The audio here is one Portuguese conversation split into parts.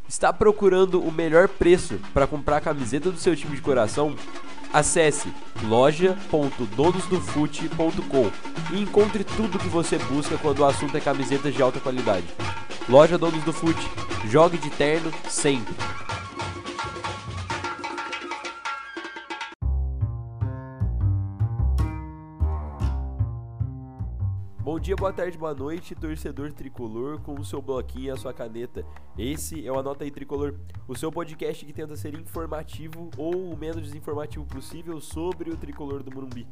Está procurando o melhor preço para comprar a camiseta do seu time de coração? Acesse loja.donosdofute.com e encontre tudo o que você busca quando o assunto é camisetas de alta qualidade. Loja Donos do Fute. Jogue de terno sempre. Bom dia, boa tarde, boa noite, torcedor tricolor, com o seu bloquinho e a sua caneta. Esse é o Anota aí Tricolor, o seu podcast que tenta ser informativo ou o menos desinformativo possível sobre o tricolor do Morumbi.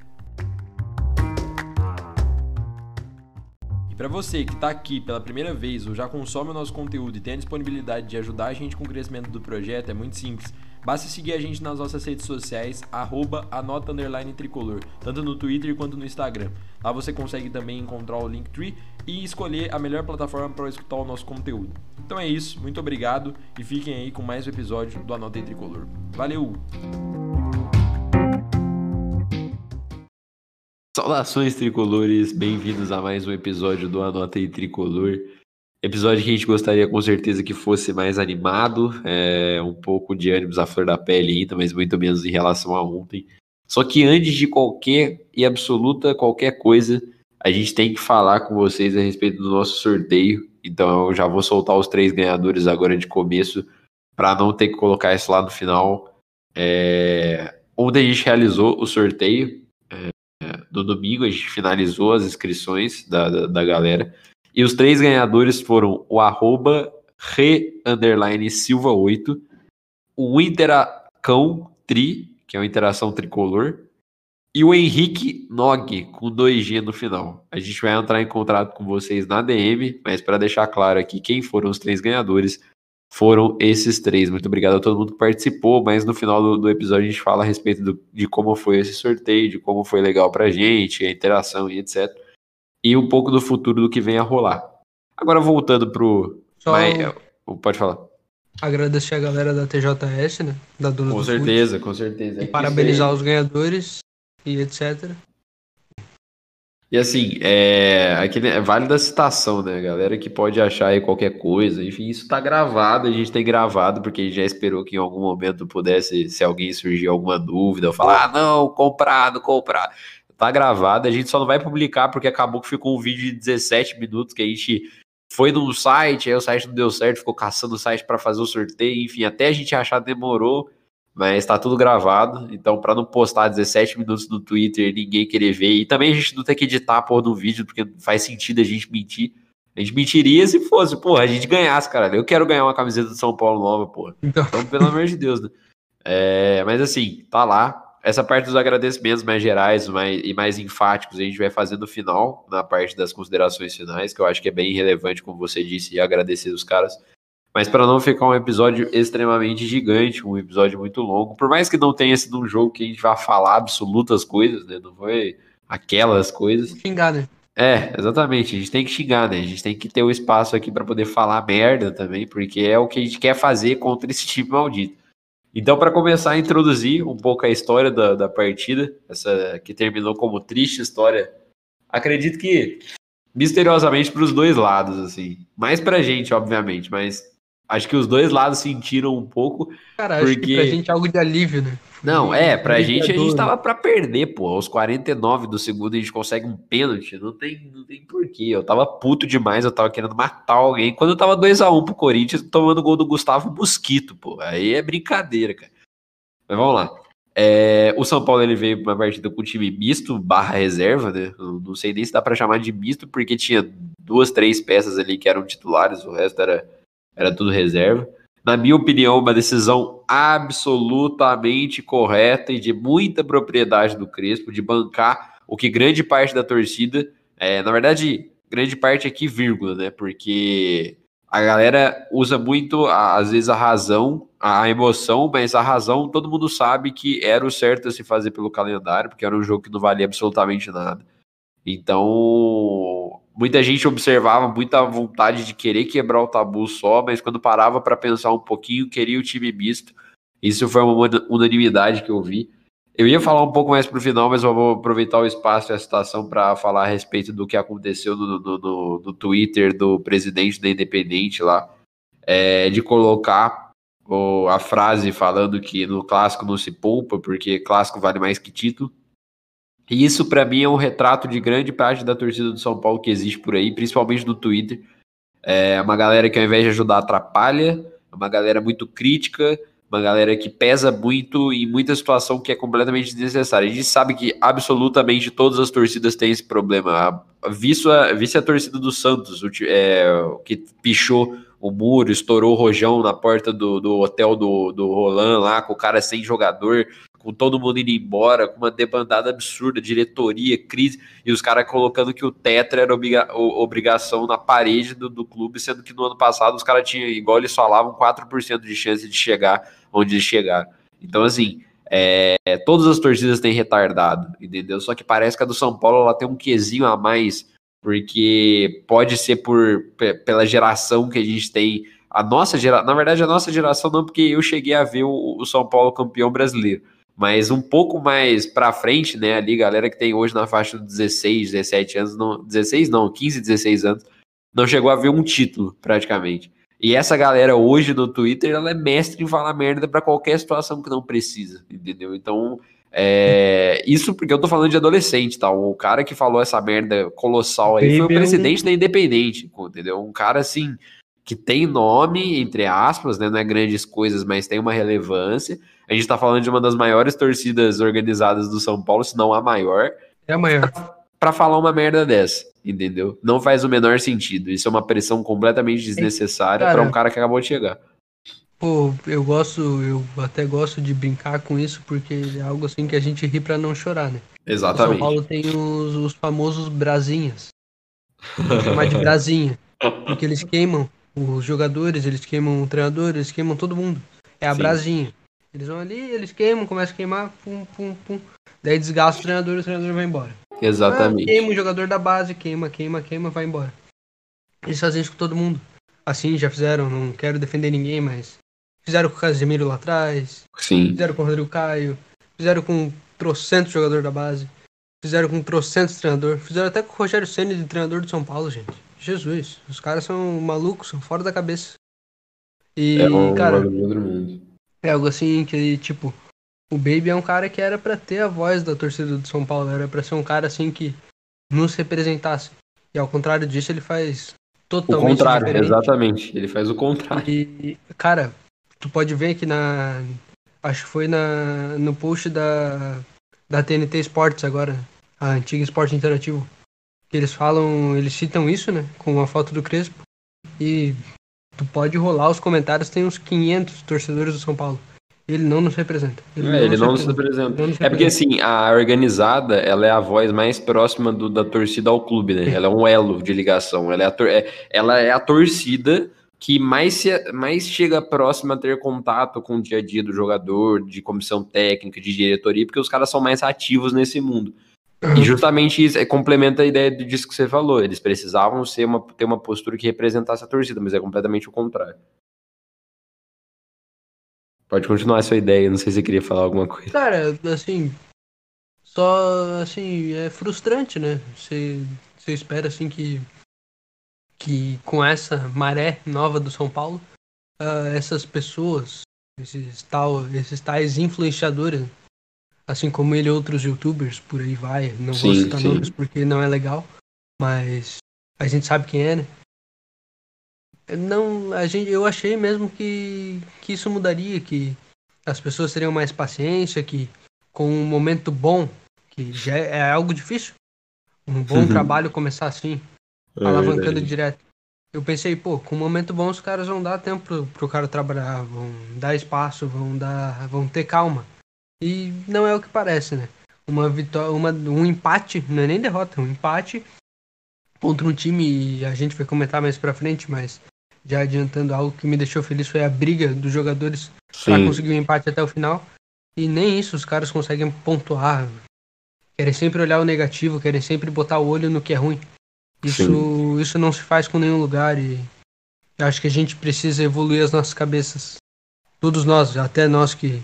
E para você que está aqui pela primeira vez ou já consome o nosso conteúdo e tem a disponibilidade de ajudar a gente com o crescimento do projeto, é muito simples. Basta seguir a gente nas nossas redes sociais, @anota_tricolor, tanto no Twitter quanto no Instagram. Lá você consegue também encontrar o Linktree e escolher a melhor plataforma para escutar o nosso conteúdo. Então é isso, muito obrigado e fiquem aí com mais um episódio do Anota aí Tricolor. Valeu! Saudações tricolores, bem-vindos a mais um episódio do Anota aí Tricolor. Episódio que a gente gostaria com certeza que fosse mais animado, um pouco de ânimos à flor da pele ainda, mas muito menos em relação a ontem. Só que antes de qualquer e absoluta qualquer coisa, a gente tem que falar com vocês a respeito do nosso sorteio. Então eu já vou soltar os 3 ganhadores agora de começo, para não ter que colocar isso lá no final. Ontem a gente realizou o sorteio, no domingo a gente finalizou as inscrições da galera. E os 3 ganhadores foram o @re_silva8, o Interacão Tri, que é uma interação tricolor, e o Henrique Nog, com 2G no final. A gente vai entrar em contato com vocês na DM, mas para deixar claro aqui quem foram os 3 ganhadores, foram esses 3. Muito obrigado a todo mundo que participou, mas no final do episódio a gente fala a respeito de como foi esse sorteio, de como foi legal pra gente, a interação e etc. E um pouco do futuro do que vem a rolar. Agora voltando pro... Pode falar. Agradecer a galera da TJS, né? Da Dona do certeza, Fute, com certeza. e parabenizar os ganhadores e etc. E assim, aqui é válida a citação, né? Galera que pode achar aí qualquer coisa. Enfim, isso tá gravado, a gente tem gravado, porque a gente já esperou que em algum momento pudesse, se alguém surgir alguma dúvida, ou falar, não, comprar, não comprar. Tá gravado, a gente só não vai publicar porque acabou que ficou um vídeo de 17 minutos que a gente foi num site, aí o site não deu certo, ficou caçando o site para fazer o sorteio, enfim, até a gente achar demorou, mas tá tudo gravado, então para não postar 17 minutos no Twitter e ninguém querer ver, e também a gente não tem que editar a porra do vídeo, porque faz sentido a gente mentir. A gente mentiria se fosse, porra, a gente ganhasse, cara. Eu quero ganhar uma camiseta do São Paulo nova, porra. Então pelo amor de Deus, né? Mas assim, tá lá. Essa parte dos agradecimentos mais gerais e mais enfáticos a gente vai fazer no final, na parte das considerações finais, que eu acho que é bem relevante, como você disse, e agradecer os caras. Mas para não ficar um episódio extremamente gigante, um episódio muito longo, por mais que não tenha sido um jogo que a gente vá falar absolutas coisas, né? Não foi aquelas coisas. Xingar, né? Exatamente, a gente tem que xingar, né? A gente tem que ter o espaço aqui para poder falar merda também, porque é o que a gente quer fazer contra esse time maldito. Então, para começar a introduzir um pouco a história da partida, essa que terminou como triste história, acredito que misteriosamente para os dois lados, assim. Mais pra gente, obviamente, mas acho que os dois lados sentiram um pouco. Cara, acho que pra gente é algo de alívio, né? Não, pra gente a gente tava pra perder, pô. Aos 49 do segundo a gente consegue um pênalti. Não tem porquê. Eu tava puto demais, eu tava querendo matar alguém. Quando eu tava 2-1 pro Corinthians, tomando o gol do Gustavo Mosquito, pô. Aí é brincadeira, cara. Mas vamos lá. O São Paulo ele veio pra uma partida com time misto barra reserva, né? Eu não sei nem se dá pra chamar de misto, porque tinha 2, 3 peças ali que eram titulares, o resto era tudo reserva. Na minha opinião, uma decisão absolutamente correta e de muita propriedade do Crespo, de bancar o que grande parte da torcida, na verdade, grande parte aqui, vírgula, né? Porque a galera usa muito, às vezes, a razão, a emoção, mas a razão todo mundo sabe que era o certo a se fazer pelo calendário, porque era um jogo que não valia absolutamente nada. Então, muita gente observava muita vontade de querer quebrar o tabu só, mas quando parava para pensar um pouquinho, queria o time misto. Isso foi uma unanimidade que eu vi. Eu ia falar um pouco mais pro final, mas eu vou aproveitar o espaço e a citação para falar a respeito do que aconteceu no Twitter do presidente da Independente lá. de colocar a frase falando que no clássico não se poupa, porque clássico vale mais que título. E isso, para mim, é um retrato de grande parte da torcida do São Paulo que existe por aí, principalmente no Twitter. É uma galera que, ao invés de ajudar, atrapalha, é uma galera muito crítica, uma galera que pesa muito em muita situação que é completamente desnecessária. A gente sabe que absolutamente todas as torcidas têm esse problema. Vice a torcida do Santos, que pichou o muro, estourou o rojão na porta do hotel do Roland lá, com o cara sem jogador, com todo mundo indo embora, com uma debandada absurda, diretoria, crise, e os caras colocando que o tetra era obrigação na parede do clube, sendo que no ano passado os caras tinham, igual eles falavam, 4% de chance de chegar onde eles chegaram. Então, assim, todas as torcidas têm retardado, entendeu? Só que parece que a do São Paulo ela tem um quesinho a mais, porque pode ser pela geração que a gente tem. Na verdade, a nossa geração não, porque eu cheguei a ver o São Paulo campeão brasileiro. Mas um pouco mais pra frente, né, ali, galera que tem hoje na faixa de 16, 17 anos, 16 não, 15, 16 anos, não chegou a ver um título, praticamente. E essa galera hoje no Twitter, ela é mestre em falar merda pra qualquer situação que não precisa, entendeu? Então, isso porque eu tô falando de adolescente, tá? O cara que falou essa merda colossal aí foi o presidente da Independente, entendeu? Um cara, assim, que tem nome, entre aspas, né? Não é grandes coisas, mas tem uma relevância. A gente tá falando de uma das maiores torcidas organizadas do São Paulo, se não a maior. É a maior. Pra falar uma merda dessa, entendeu? Não faz o menor sentido. Isso é uma pressão completamente desnecessária pra um cara que acabou de chegar. Pô, eu até gosto de brincar com isso, porque é algo assim que a gente ri pra não chorar, né? Exatamente. O São Paulo tem os famosos brasinhas. Vou chamar de brasinha. Porque eles queimam os jogadores, eles queimam o treinador, eles queimam todo mundo. É a brasinha. Eles vão ali, eles queimam, começam a queimar, pum, pum, pum. Daí desgasta o treinador vai embora. Exatamente. Queima o jogador da base, queima, vai embora. Eles fazem isso com todo mundo. Assim, já fizeram, não quero defender ninguém, mas fizeram com o Casemiro lá atrás. Sim. Fizeram com o Rodrigo Caio. Fizeram com trocentos jogador da base. Fizeram com trocentos treinador. Fizeram até com o Rogério Ceni de treinador de São Paulo, gente. Jesus, os caras são malucos, são fora da cabeça. E, cara, é algo assim que, tipo, o Baby é um cara que era pra ter a voz da torcida do São Paulo. Era pra ser um cara, assim, que nos representasse. E ao contrário disso, ele faz totalmente o contrário, diferente. Exatamente. Ele faz o contrário. E, cara, tu pode ver que acho que foi no post da TNT Sports agora, a antiga Esporte Interativo, que eles citam isso, né, com a foto do Crespo, e tu pode rolar os comentários, tem uns 500 torcedores do São Paulo. Ele não nos representa. Ele não nos representa. É porque, assim, a organizada, ela é a voz mais próxima da torcida ao clube, né? Ela é um elo de ligação. Ela é a torcida que mais chega próxima a ter contato com o dia a dia do jogador, de comissão técnica, de diretoria, porque os caras são mais ativos nesse mundo. E justamente isso complementa a ideia disso que você falou. Eles precisavam ter uma postura que representasse a torcida, mas é completamente o contrário. Pode continuar a sua ideia, não sei se você queria falar alguma coisa. Cara, assim, só, assim, é frustrante, né? Você espera, assim, que com essa maré nova do São Paulo, essas pessoas, esses tais influenciadores, assim como ele e outros youtubers, por aí vai, não vou citar nomes porque não é legal, mas a gente sabe quem é, né? Eu achei mesmo que isso mudaria, que as pessoas teriam mais paciência, que com um momento bom, que já é algo difícil, um bom trabalho começar assim, alavancando direto. Eu pensei, pô, com um momento bom os caras vão dar tempo pro cara trabalhar, vão dar espaço, vão ter calma. E não é o que parece, né? Uma vitória, um empate, não é nem derrota, um empate contra um time, e a gente vai comentar mais pra frente, mas já adiantando, algo que me deixou feliz foi a briga dos jogadores para conseguir um empate até o final. E nem isso os caras conseguem pontuar. Querem sempre olhar o negativo, querem sempre botar o olho no que é ruim. Isso não se faz com nenhum lugar e acho que a gente precisa evoluir as nossas cabeças. Todos nós, até nós que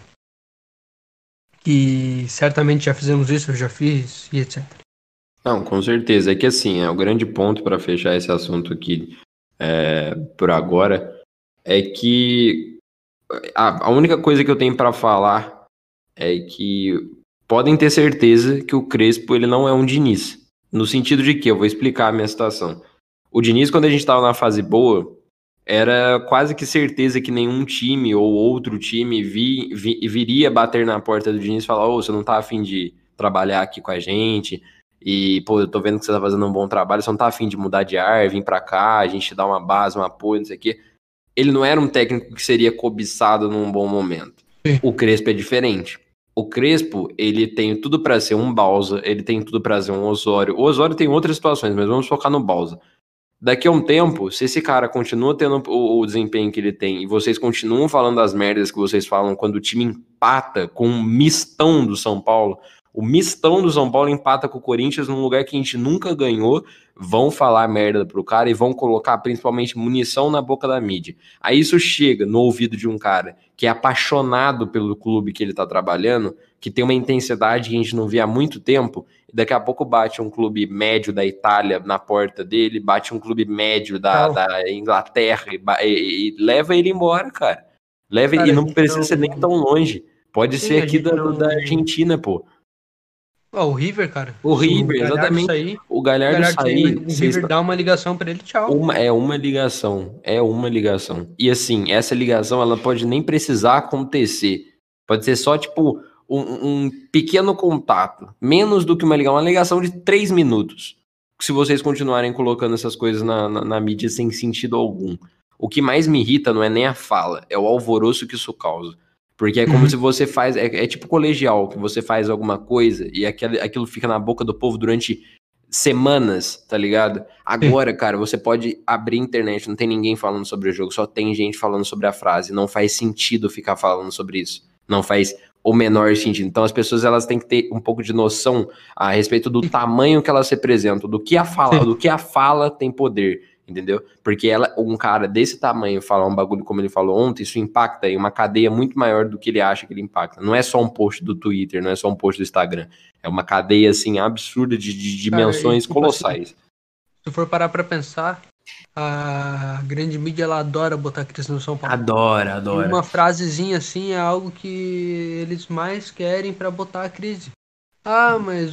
certamente já fizemos isso, eu já fiz e etc. Não, com certeza. É que assim, o grande ponto para fechar esse assunto aqui por agora é que a única coisa que eu tenho para falar é que podem ter certeza que o Crespo ele não é um Diniz. No sentido de que, eu vou explicar a minha situação. O Diniz, quando a gente estava na fase boa, era quase que certeza que nenhum time ou outro time viria bater na porta do Diniz e falar: ô, você não tá afim de trabalhar aqui com a gente? E, pô, eu tô vendo que você tá fazendo um bom trabalho, você não tá afim de mudar de ar, vir pra cá, a gente dá uma base, um apoio, não sei o quê. Ele não era um técnico que seria cobiçado num bom momento. Sim. O Crespo é diferente. O Crespo, ele tem tudo pra ser um Bausa, ele tem tudo pra ser um Osório. O Osório tem outras situações, mas vamos focar no Bausa. Daqui a um tempo, se esse cara continua tendo o desempenho que ele tem e vocês continuam falando as merdas que vocês falam quando o time empata com um mistão do São Paulo, o mistão do São Paulo empata com o Corinthians num lugar que a gente nunca ganhou, vão falar merda pro cara e vão colocar principalmente munição na boca da mídia. Aí isso chega no ouvido de um cara que é apaixonado pelo clube que ele tá trabalhando, que tem uma intensidade que a gente não vê há muito tempo, e daqui a pouco bate um clube médio da Itália na porta dele, bate um clube médio da Inglaterra e leva ele embora, cara. Leva, Cara, e a não gente precisa não. ser nem tão longe. Pode Sim, ser a aqui gente não. da Argentina, pô. Ó, o River, cara. O Se o River, Galhardo exatamente. sair, O o Galhardo Galhardo sair, sair, o River dá uma ligação pra ele, tchau. é uma ligação, é uma ligação. E assim, essa ligação ela pode nem precisar acontecer. Pode ser só tipo um pequeno contato, menos do que uma ligação de 3 minutos. Se vocês continuarem colocando essas coisas na mídia sem sentido algum. O que mais me irrita não é nem a fala, é o alvoroço que isso causa. Porque é como se você faz, é tipo colegial, que você faz alguma coisa e aquilo fica na boca do povo durante semanas, tá ligado? Agora, cara, você pode abrir a internet, não tem ninguém falando sobre o jogo, só tem gente falando sobre a frase. Não faz sentido ficar falando sobre isso. Não faz o menor sentido. Então as pessoas elas têm que ter um pouco de noção a respeito do tamanho que elas representam, do que a fala tem poder, entendeu? Porque um cara desse tamanho falar um bagulho como ele falou ontem, isso impacta em uma cadeia muito maior do que ele acha que ele impacta. Não é só um post do Twitter, não é só um post do Instagram. É uma cadeia, assim, absurda de dimensões Cara, tipo colossais. assim, se for parar pra pensar, a grande mídia ela adora botar crise no São Paulo. Adora. E uma frasezinha assim é algo que eles mais querem pra botar a crise. Ah, mas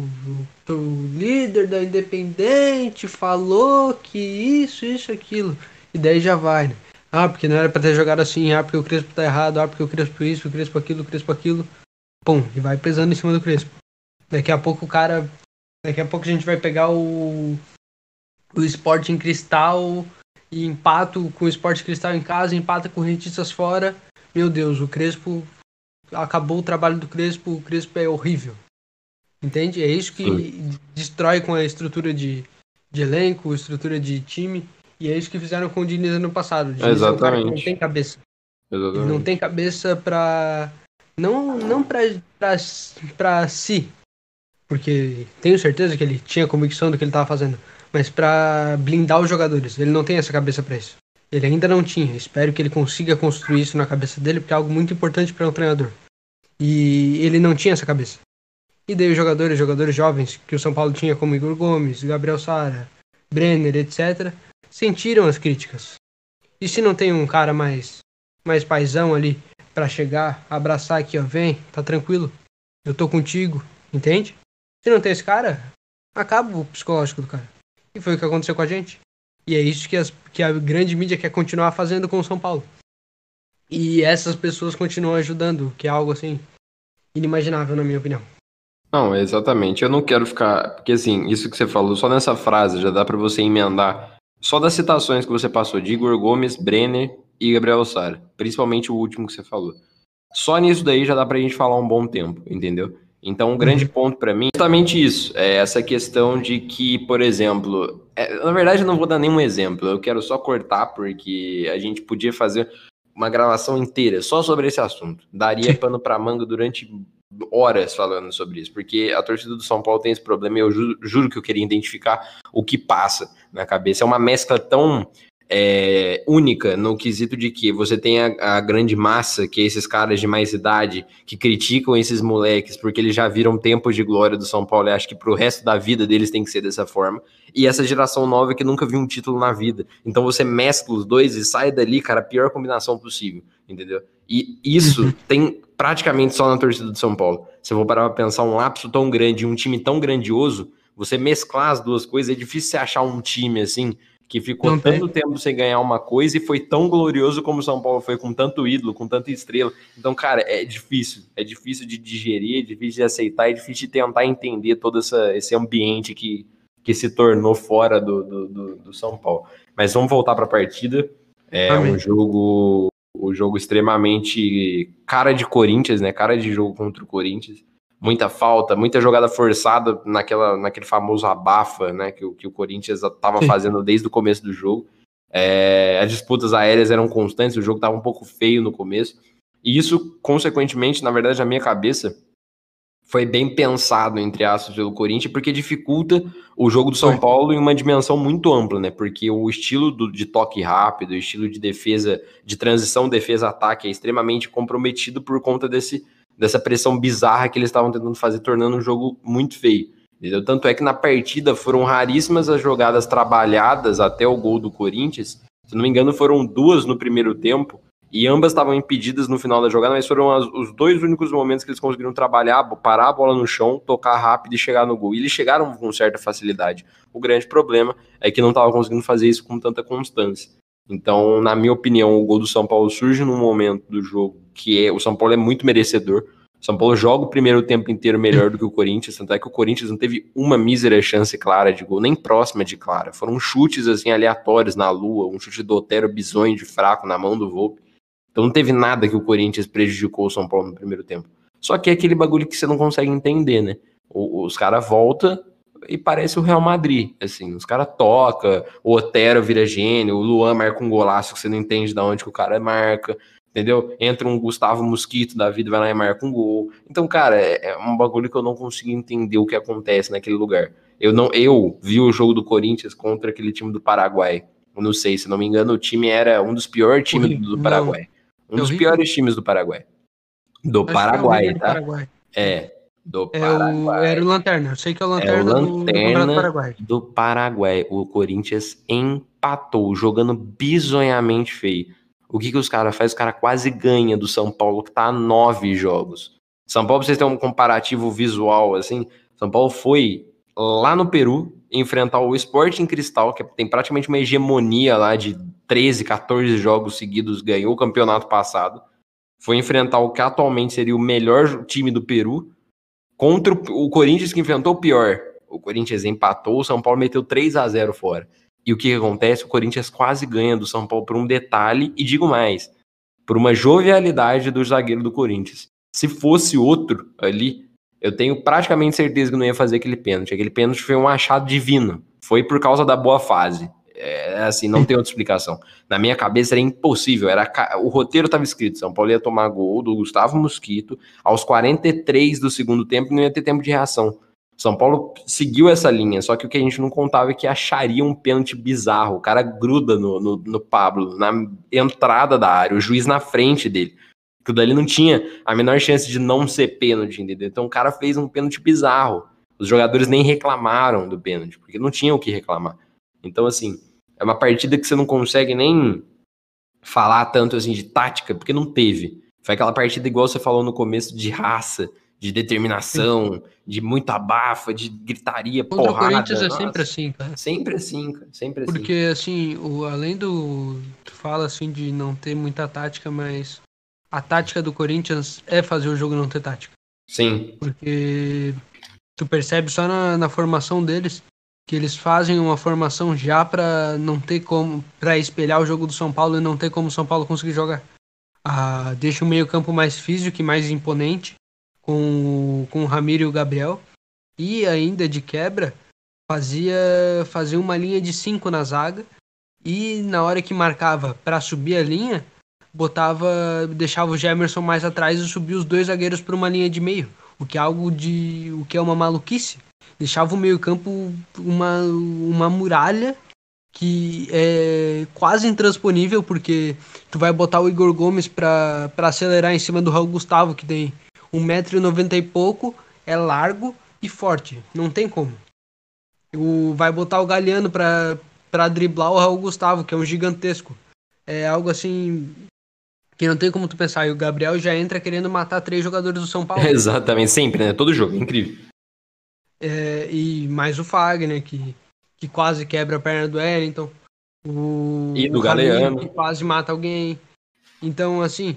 o líder da Independente falou que isso, aquilo. E daí já vai, né? Ah, porque não era pra ter jogado assim. Ah, porque o Crespo tá errado. Ah, porque o Crespo isso, o Crespo aquilo, o Crespo aquilo. Pum, e vai pesando em cima do Crespo. Daqui a pouco Daqui a pouco a gente vai pegar o Sporting Cristal e empato com o Sporting Cristal em casa, empata com o Rentistas fora. Meu Deus, o Crespo acabou o trabalho do Crespo, o Crespo é horrível. Entende? É isso que destrói com a estrutura de elenco, estrutura de time. E é isso que fizeram com o Diniz ano passado. O Diniz é um cara que não tem cabeça. Ele não tem cabeça pra. Não pra si. Porque tenho certeza que ele tinha convicção do que ele estava fazendo. Mas pra blindar os jogadores. Ele não tem essa cabeça pra isso. Ele ainda não tinha. Espero que ele consiga construir isso na cabeça dele, porque é algo muito importante para um treinador. E ele não tinha essa cabeça. E daí os jogadores jovens que o São Paulo tinha, como Igor Gomes, Gabriel Sara, Brenner, etc., sentiram as críticas. E se não tem um cara mais paizão ali pra chegar, abraçar aqui, ó, vem, tá tranquilo, eu tô contigo, entende? Se não tem esse cara, acaba o psicológico do cara. E foi o que aconteceu com a gente. E é isso que a grande mídia quer continuar fazendo com o São Paulo. E essas pessoas continuam ajudando, que é algo assim inimaginável, na minha opinião. Não, exatamente. Eu não quero ficar. Porque, assim, isso que você falou, só nessa frase já dá pra você emendar. Só das citações que você passou de Igor Gomes, Brenner e Gabriel Sara. Principalmente o último que você falou. Só nisso daí já dá pra gente falar um bom tempo, entendeu? Então, um grande ponto pra mim é justamente isso. É essa questão de que, por exemplo. Na verdade, eu não vou dar nenhum exemplo. Eu quero só cortar, porque a gente podia fazer uma gravação inteira só sobre esse assunto. Daria pano pra manga durante horas falando sobre isso, porque a torcida do São Paulo tem esse problema e eu juro que eu queria identificar o que passa na cabeça. É uma mescla tão única no quesito de que você tem a grande massa, que é esses caras de mais idade, que criticam esses moleques porque eles já viram tempos de glória do São Paulo e acho que pro resto da vida deles tem que ser dessa forma. E essa geração nova que nunca viu um título na vida. Então você mescla os dois e sai dali, cara, a pior combinação possível, entendeu? E isso tem praticamente só na torcida do São Paulo. Se eu vou parar pra pensar um lapso tão grande, um time tão grandioso, você mesclar as duas coisas, é difícil você achar um time assim que ficou tanto tempo sem ganhar uma coisa e foi tão glorioso como o São Paulo foi, com tanto ídolo, com tanta estrela. Então, cara, é difícil de digerir, é difícil de aceitar, é difícil de tentar entender todo esse ambiente que se tornou fora do São Paulo. Mas vamos voltar para a partida. Um jogo extremamente cara de Corinthians, né? Cara de jogo contra o Corinthians. Muita falta, muita jogada forçada naquele famoso abafa, né, que o Corinthians estava fazendo desde o começo do jogo. As disputas aéreas eram constantes, o jogo estava um pouco feio no começo. E isso, consequentemente, na verdade, na minha cabeça, foi bem pensado, entre aspas, pelo Corinthians, porque dificulta o jogo do São Paulo em uma dimensão muito ampla, né? Porque o estilo de toque rápido, o estilo de defesa, de transição defesa-ataque é extremamente comprometido por conta dessa pressão bizarra que eles estavam tentando fazer, tornando um jogo muito feio. Entendeu? Tanto é que na partida foram raríssimas as jogadas trabalhadas até o gol do Corinthians. Se não me engano, foram 2 no primeiro tempo, e ambas estavam impedidas no final da jogada, mas foram os 2 únicos momentos que eles conseguiram trabalhar, parar a bola no chão, tocar rápido e chegar no gol. E eles chegaram com certa facilidade. O grande problema é que não estavam conseguindo fazer isso com tanta constância. Então, na minha opinião, o gol do São Paulo surge num momento do jogo que o São Paulo é muito merecedor. O São Paulo joga o primeiro tempo inteiro melhor do que o Corinthians, tanto é que o Corinthians não teve uma mísera chance clara de gol, nem próxima de clara. Foram chutes assim aleatórios na lua, um chute do Otero bizonho de fraco na mão do Volpi. Então não teve nada que o Corinthians prejudicou o São Paulo no primeiro tempo. Só que é aquele bagulho que você não consegue entender, né? Os caras voltam e parece o Real Madrid, assim, os caras tocam, o Otero vira gênio, o Luan marca um golaço que você não entende de onde que o cara marca, entendeu? Entra um Gustavo Mosquito da vida, vai lá e marca um gol. Então, cara, é um bagulho que eu não consigo entender o que acontece naquele lugar. Eu vi o jogo do Corinthians contra aquele time do Paraguai. Eu não sei, se não me engano, o time era um dos piores times do Paraguai. Um dos piores times do Paraguai. Do Paraguai, tá? Do Paraguai. Era o Lanterna. Eu sei que é o Lanterna, do Campeonato Paraguai. Do Paraguai. O Corinthians empatou, jogando bizonhamente feio. O que os caras fazem? Os caras quase ganham do São Paulo, que tá a 9 jogos. São Paulo, pra vocês terem um comparativo visual, assim, São Paulo foi lá no Peru enfrentar o Sporting Cristal, que tem praticamente uma hegemonia lá de 13, 14 jogos seguidos, ganhou o campeonato passado. Foi enfrentar o que atualmente seria o melhor time do Peru, contra o Corinthians, que enfrentou o pior. O Corinthians empatou, o São Paulo meteu 3-0 fora. E o que acontece? O Corinthians quase ganha do São Paulo por um detalhe, e digo mais, por uma jovialidade do zagueiro do Corinthians. Se fosse outro ali, eu tenho praticamente certeza que não ia fazer aquele pênalti. Aquele pênalti foi um achado divino. Foi por causa da boa fase. Assim, não tem outra explicação. Na minha cabeça era impossível. O roteiro estava escrito. São Paulo ia tomar gol do Gustavo Mosquito aos 43 do segundo tempo e não ia ter tempo de reação. São Paulo seguiu essa linha, só que o que a gente não contava é que acharia um pênalti bizarro. O cara gruda no Pablo, na entrada da área, o juiz na frente dele. Aquilo dali não tinha a menor chance de não ser pênalti, entendeu? Então o cara fez um pênalti bizarro. Os jogadores nem reclamaram do pênalti, porque não tinham o que reclamar. Então, assim, é uma partida que você não consegue nem falar tanto assim de tática, porque não teve. Foi aquela partida igual você falou no começo, de raça, de determinação, de muito abafa, de gritaria, contra porrada. O Corinthians é sempre assim, cara. Sempre assim, cara. Sempre assim. Porque, assim, além do... Tu fala, assim, de não ter muita tática, mas a tática do Corinthians é fazer o jogo não ter tática. Sim. Porque tu percebe só na formação deles que eles fazem uma formação já pra não ter como... Pra espelhar o jogo do São Paulo e não ter como o São Paulo conseguir jogar. Deixa o meio campo mais físico e mais imponente com o Ramiro e o Gabriel. E ainda de quebra fazia uma linha de 5 na zaga. E na hora que marcava pra subir a linha, deixava o Gemerson mais atrás e subia os 2 zagueiros para uma linha de meio. O que é uma maluquice. Deixava o meio campo uma muralha que é quase intransponível, porque tu vai botar o Igor Gomes pra acelerar em cima do Raul Gustavo, que tem 1,90 m e pouco, é largo e forte. Não tem como. Vai botar o Galhardo pra driblar o Raul Gustavo, que é um gigantesco. É algo assim que não tem como tu pensar. E o Gabriel já entra querendo matar 3 jogadores do São Paulo. Exatamente, sempre, né? Todo jogo, é incrível. E mais o Fagner, que quase quebra a perna do Wellington. E O do Ramiro, Galeano. que quase mata alguém. Então, assim,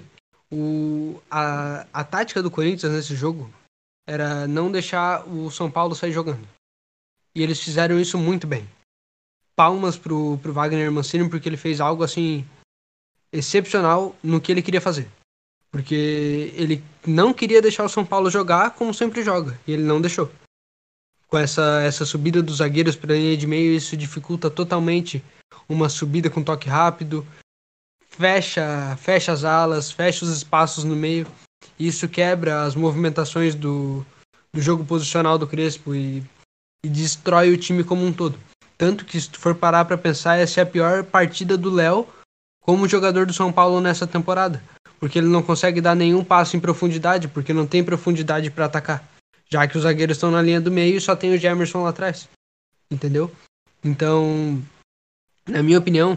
a tática do Corinthians nesse jogo era não deixar o São Paulo sair jogando. E eles fizeram isso muito bem. Palmas pro Wagner Mancini, porque ele fez algo assim excepcional no que ele queria fazer. Porque ele não queria deixar o São Paulo jogar como sempre joga. E ele não deixou. Com essa subida dos zagueiros para a linha de meio, isso dificulta totalmente uma subida com toque rápido. Fecha as alas, fecha os espaços no meio. Isso quebra as movimentações do jogo posicional do Crespo e destrói o time como um todo. Tanto que, se tu for parar para pensar, essa é a pior partida do Léo como jogador do São Paulo nessa temporada. Porque ele não consegue dar nenhum passo em profundidade, porque não tem profundidade para atacar. Já que os zagueiros estão na linha do meio e só tem o Gemerson lá atrás. Entendeu? Então, na minha opinião,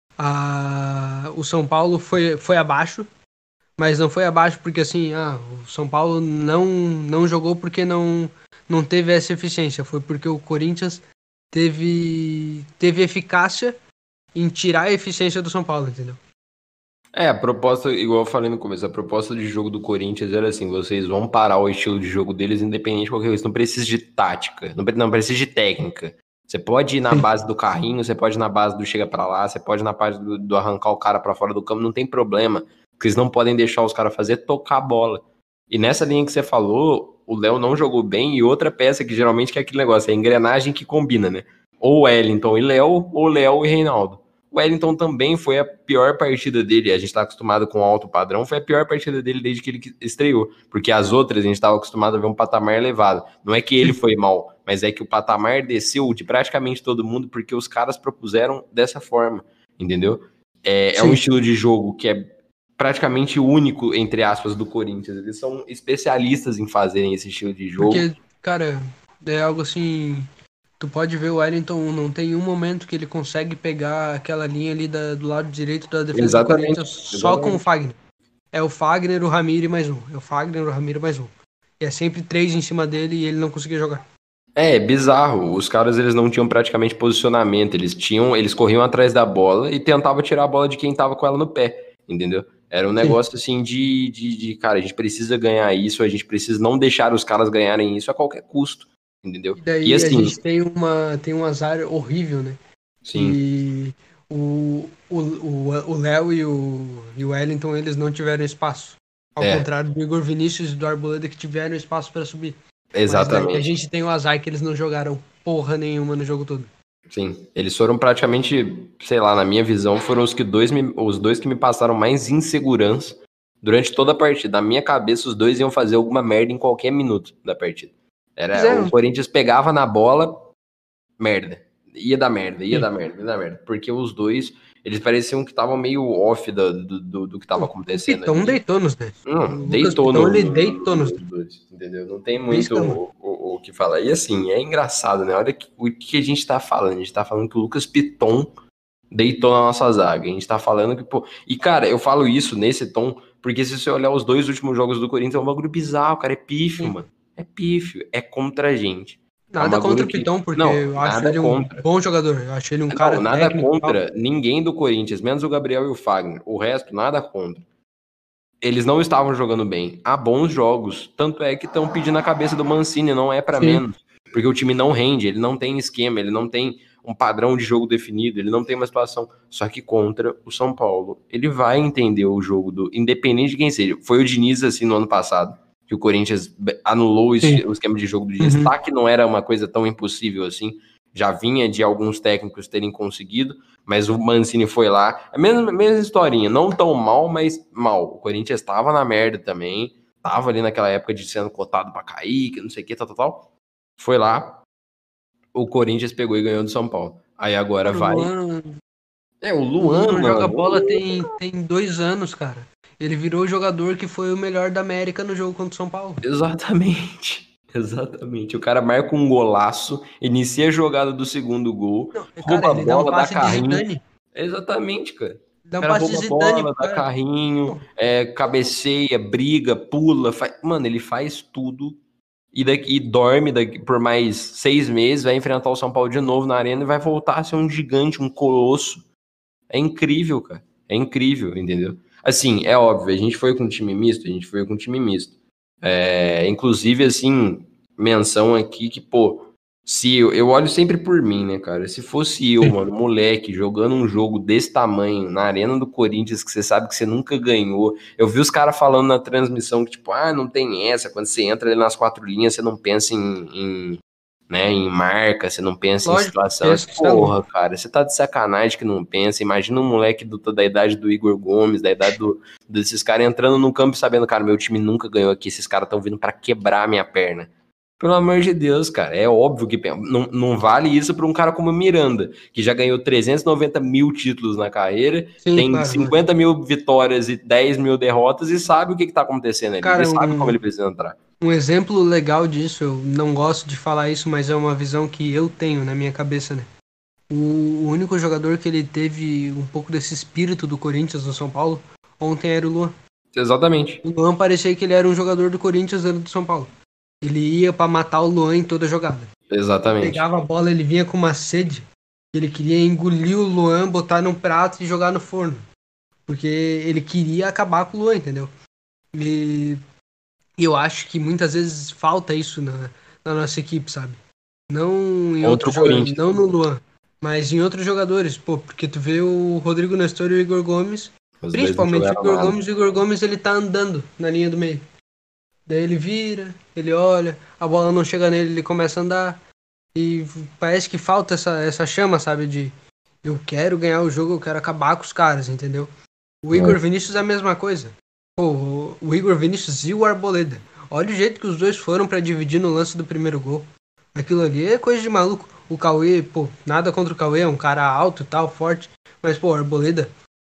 o São Paulo foi abaixo, mas não foi abaixo porque assim, o São Paulo não jogou porque não teve essa eficiência. Foi porque o Corinthians teve eficácia em tirar a eficiência do São Paulo, entendeu? A proposta, igual eu falei no começo, a proposta de jogo do Corinthians era assim: vocês vão parar o estilo de jogo deles, independente de qualquer coisa. Não precisa de tática, não precisa de técnica. Você pode ir na Sim. base do carrinho, você pode ir na base do chega pra lá, você pode ir na base do arrancar o cara pra fora do campo, não tem problema. Porque eles não podem deixar os caras fazer tocar a bola. E nessa linha que você falou, o Léo não jogou bem, e outra peça que geralmente é aquele negócio, é a engrenagem que combina, né? Ou Wellington e Léo, ou Léo e Reinaldo. O Wellington também foi a pior partida dele. A gente está acostumado com alto padrão. Foi a pior partida dele desde que ele estreou. Porque as outras a gente estava acostumado a ver um patamar elevado. Não é que ele foi mal, mas é que o patamar desceu de praticamente todo mundo porque os caras propuseram dessa forma. Entendeu? É um estilo de jogo que é praticamente único, entre aspas, do Corinthians. Eles são especialistas em fazerem esse estilo de jogo. Porque, cara, é algo assim. Tu pode ver o Wellington, não tem um momento que ele consegue pegar aquela linha ali do lado direito da defesa do Exatamente. Corinthians só com o Fagner. É o Fagner, o Ramiro e mais um. É o Fagner, o Ramiro e mais um. E é sempre 3 em cima dele e ele não conseguia jogar. É bizarro. Os caras eles não tinham praticamente posicionamento. Eles corriam atrás da bola e tentavam tirar a bola de quem tava com ela no pé, entendeu? Era um Sim. negócio assim cara, a gente precisa ganhar isso, a gente precisa não deixar os caras ganharem isso a qualquer custo, entendeu? E E daí a assim, gente tem um azar horrível, né? sim, Que o Léo e o Wellington, eles não tiveram espaço. Ao é, contrário do Igor Vinícius e do Arboleda, que tiveram espaço para subir. Mas daí a exatamente. gente tem o azar que eles não jogaram porra nenhuma no jogo todo. Sim, eles foram praticamente, sei lá, na minha visão, foram os dois que me passaram mais insegurança durante toda a partida. Na minha cabeça, os dois iam fazer alguma merda em qualquer minuto da partida. O Fizeram. Corinthians pegava na bola, merda. Ia dar merda, ia Sim. dar merda, ia dar merda. Porque os dois, eles pareciam que estavam meio off do que estava O acontecendo Piton ali. deitou nos dois. O Lucas Deitou Piton, ele deitou nos nos dois. dois, entendeu? Não tem Nem muito escama. o que falar. E assim, é engraçado, né? Olha o que a gente tá falando. A gente tá falando que o Lucas Piton deitou na nossa zaga. A gente tá falando que, pô. E, cara, eu falo isso nesse tom, porque se você olhar os dois últimos jogos do Corinthians, é um bagulho bizarro, cara. É pífio, Sim. mano. É pífio. É contra a gente. É um Nada contra bagulho o que. Piton, porque Não, eu acho nada ele um contra. bom jogador. Eu acho ele um Não, cara nada técnico e tal. contra ninguém do Corinthians, menos o Gabriel e o Fagner. O resto, nada contra. Eles não estavam jogando bem. Há bons jogos. Tanto é que estão pedindo a cabeça do Mancini, não é para Sim. menos. Porque o time não rende, ele não tem esquema, ele não tem um padrão de jogo definido, ele não tem uma situação. Só que contra o São Paulo, ele vai entender o jogo do. Independente de quem seja. Foi o Diniz assim no ano passado, que o Corinthians anulou o Sim. esquema de jogo do Diniz. Uhum. Tá que não era uma coisa tão impossível assim. Já vinha de alguns técnicos terem conseguido, mas o Mancini foi lá. A mesma historinha, não tão mal, mas mal. O Corinthians estava na merda também, tava ali naquela época de sendo cotado para cair, que não sei o que, tal. Foi lá, o Corinthians pegou e ganhou do São Paulo. Aí agora Mano, vai. O O Luan Luan, não joga mano. bola tem 2 anos, cara. Ele virou o jogador que foi o melhor da América no jogo contra o São Paulo. Exatamente. Exatamente. O cara marca um golaço, inicia a jogada do segundo gol, Não, cara, rouba a ele dá um bola, dá passe de carrinho. Zidane. Exatamente, cara. Ele O dá um cara passe de rouba a Zidane bola, pro dá cara. carrinho, Pô, cabeceia, briga, pula. Mano, ele faz tudo. E dorme por mais 6 meses, vai enfrentar o São Paulo de novo na arena e vai voltar a ser um gigante, um colosso. É incrível, cara. É incrível, entendeu? Assim, é óbvio, a gente foi com um time misto, a gente foi com um time misto. Inclusive, assim, menção aqui que, pô, se eu olho sempre por mim, né, cara? Se fosse eu, sim. mano, moleque, jogando um jogo desse tamanho na Arena do Corinthians, que você sabe que você nunca ganhou. Eu vi os caras falando na transmissão que, tipo, não tem essa. Quando você entra ali nas 4 linhas, você não pensa em marca, você não pensa em Lógico, situação. pensa que você é Porra, louco. cara, você tá de sacanagem que não pensa. Imagina um moleque da idade do Igor Gomes, da idade desses caras entrando no campo e sabendo, cara, meu time nunca ganhou aqui, esses caras estão vindo pra quebrar a minha perna. Pelo amor de Deus, cara, é óbvio que não vale isso pra um cara como o Miranda, que já ganhou 390 mil títulos na carreira, Sim, tem claro, lógico. 50 mil vitórias e 10 mil derrotas e sabe o que tá acontecendo ali. Ele Cara, sabe como ele precisa entrar. um exemplo legal disso, eu não gosto de falar isso, mas é uma visão que eu tenho na minha cabeça, né? O único jogador que ele teve um pouco desse espírito do Corinthians no São Paulo ontem era o Luan. Exatamente. O Luan parecia que ele era um jogador do Corinthians dentro do São Paulo. Ele ia pra matar o Luan em toda jogada. Ele Exatamente. pegava a bola, ele vinha com uma sede. Ele queria engolir o Luan, botar num prato e jogar no forno. Porque ele queria acabar com o Luan, entendeu? E eu acho que muitas vezes falta isso na nossa equipe, sabe? Não em Outro outros jogadores, Corinthians. não no Luan, mas em outros jogadores. Pô, porque tu vê o Rodrigo Nestor e o Igor Gomes, Os dois não principalmente jogaram nada. O Igor Gomes ele tá andando na linha do meio. Daí ele vira, ele olha, a bola não chega nele, ele começa a andar. E parece que falta essa chama, sabe? De eu quero ganhar o jogo, eu quero acabar com os caras, entendeu? O Igor É. Vinícius é a mesma coisa. Pô, o Igor Vinícius e o Arboleda. Olha o jeito que os dois foram pra dividir no lance do primeiro gol. Aquilo ali é coisa de maluco. O Cauê, pô, nada contra o Cauê, é um cara alto e tal, forte. Mas, pô, o Arboleda,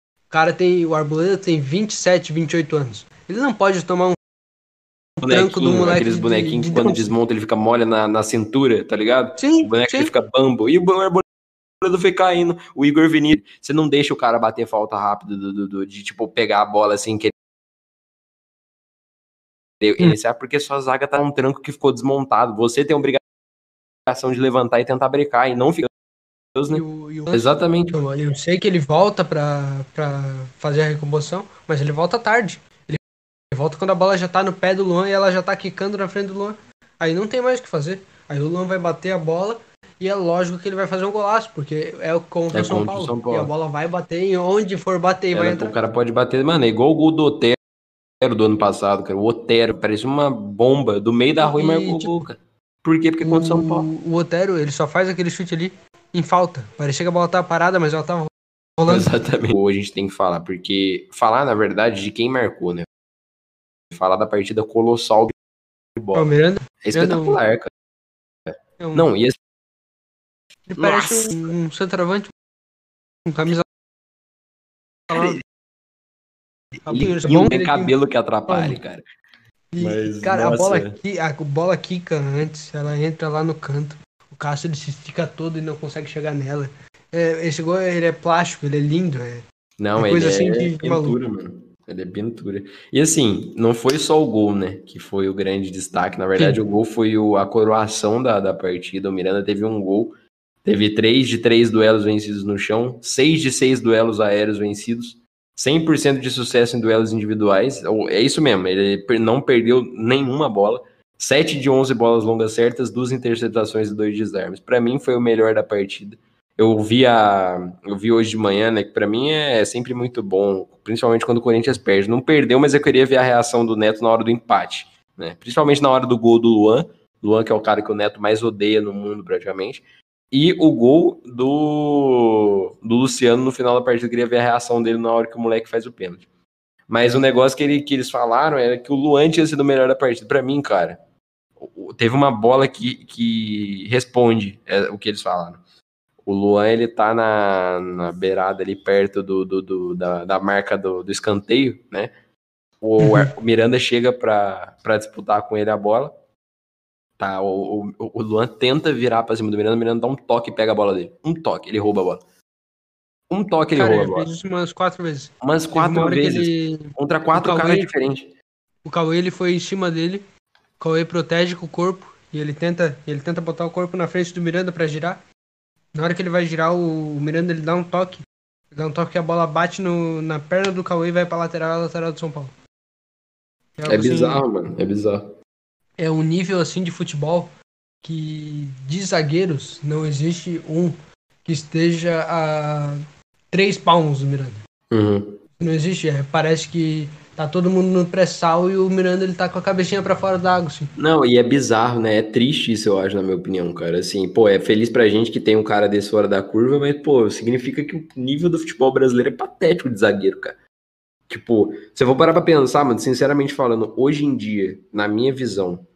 o Arboleda tem 27, 28 anos. Ele não pode tomar um tranco do Bonequinho, moleque aqueles bonequinhos que quando desmonta ele fica mole na cintura, tá ligado? O Sim, boneco ele sim. fica bambo. E o Arboleda foi caindo. O Igor Vinícius, você não deixa o cara bater falta rápido de tipo pegar a bola assim, querer iniciar, porque sua zaga tá um tranco que ficou desmontado. Você tem a obrigação de levantar e tentar brecar e não fica. Né? E o lance, Exatamente. eu sei que ele volta pra fazer a recomposição, mas ele volta tarde. Ele volta quando a bola já tá no pé do Luan e ela já tá quicando na frente do Luan. Aí não tem mais o que fazer. Aí o Luan vai bater a bola e é lógico que ele vai fazer um golaço, porque é contra É o São contra o Paulo. São E a Paulo. bola vai bater em onde for bater e vai O entrar. cara pode bater, mano, é igual o gol do Otero do ano passado, cara. O Otero parecia uma bomba do meio da Não, rua e e marcou o gol, tipo, cara. Por quê? Porque é contra o São Paulo. o Otero, ele só faz aquele chute ali em falta. Parecia que a bola tava parada, mas ela tava rolando. Exatamente. Ou a gente tem que falar, porque falar, na verdade, de quem marcou, né? Falar da partida colossal de O bola. Miranda, É Miranda espetacular, cara. é um, Não, ele parece nossa, um centroavante com camisa cara, lá. ele É bom que tem ele tem cabelo que fome. atrapalhe, cara. Mas, Cara, nossa. a bola quica antes, ela entra lá no canto. O Cássio ele se estica todo e não consegue chegar nela. Esse gol ele é plástico, ele é lindo. É Não, ele coisa assim é de maluco. pintura, mano. Ele é pintura. E assim, não foi só o gol, né? Que foi o grande destaque. Na verdade, Sim. o gol foi a coroação da partida. O Miranda teve um gol. Teve 3 de 3 duelos vencidos no chão, 6 de 6 duelos aéreos vencidos, 100% de sucesso em duelos individuais. É isso mesmo, ele não perdeu nenhuma bola. 7 de 11 bolas longas certas, 2 interceptações e 2 desarmes. Para mim foi o melhor da partida. Eu vi hoje de manhã, né, que para mim é sempre muito bom, principalmente quando o Corinthians perde. Não perdeu, mas eu queria ver a reação do Neto na hora do empate, né? Principalmente na hora do gol do Luan. Luan, que é o cara que o Neto mais odeia no mundo, praticamente. E o gol do Luciano no final da partida, eu queria ver a reação dele na hora que o moleque faz o pênalti. Mas o negócio que eles falaram era que o Luan tinha sido o melhor da partida. Pra mim, cara, teve uma bola que responde o que eles falaram. O Luan, ele tá na beirada ali, perto da marca do escanteio, né? O Miranda chega pra disputar com ele a bola. Tá, o Luan tenta virar pra cima do Miranda, o Miranda dá um toque e pega a bola dele. Um toque, ele rouba a bola. Um toque, ele Cara, rouba a ele fez bola. isso umas 4 vezes. Umas Teve uma 4 hora que vezes. ele. Contra O 4 caras Cauê, diferentes. o Cauê ele foi em cima dele. O Cauê protege com o corpo. E ele tenta botar o corpo na frente do Miranda pra girar. Na hora que ele vai girar, o Miranda ele dá um toque. Ele dá um toque que a bola bate na perna do Cauê e vai pra lateral, a lateral do São Paulo. É É algo assim. bizarro, mano. É bizarro. É um nível assim de futebol que de zagueiros não existe um que esteja a 3 palmos do Miranda. Uhum. Não existe, parece que tá todo mundo no pré-sal e o Miranda ele tá com a cabecinha pra fora da água, assim. Não, e é bizarro, né? É triste isso, eu acho, na minha opinião, cara. Assim, pô, é feliz pra gente que tem um cara desse fora da curva, mas, pô, significa que o nível do futebol brasileiro é patético de zagueiro, cara. Tipo, se eu vou parar pra pensar, mano, sinceramente falando, hoje em dia, na minha visão,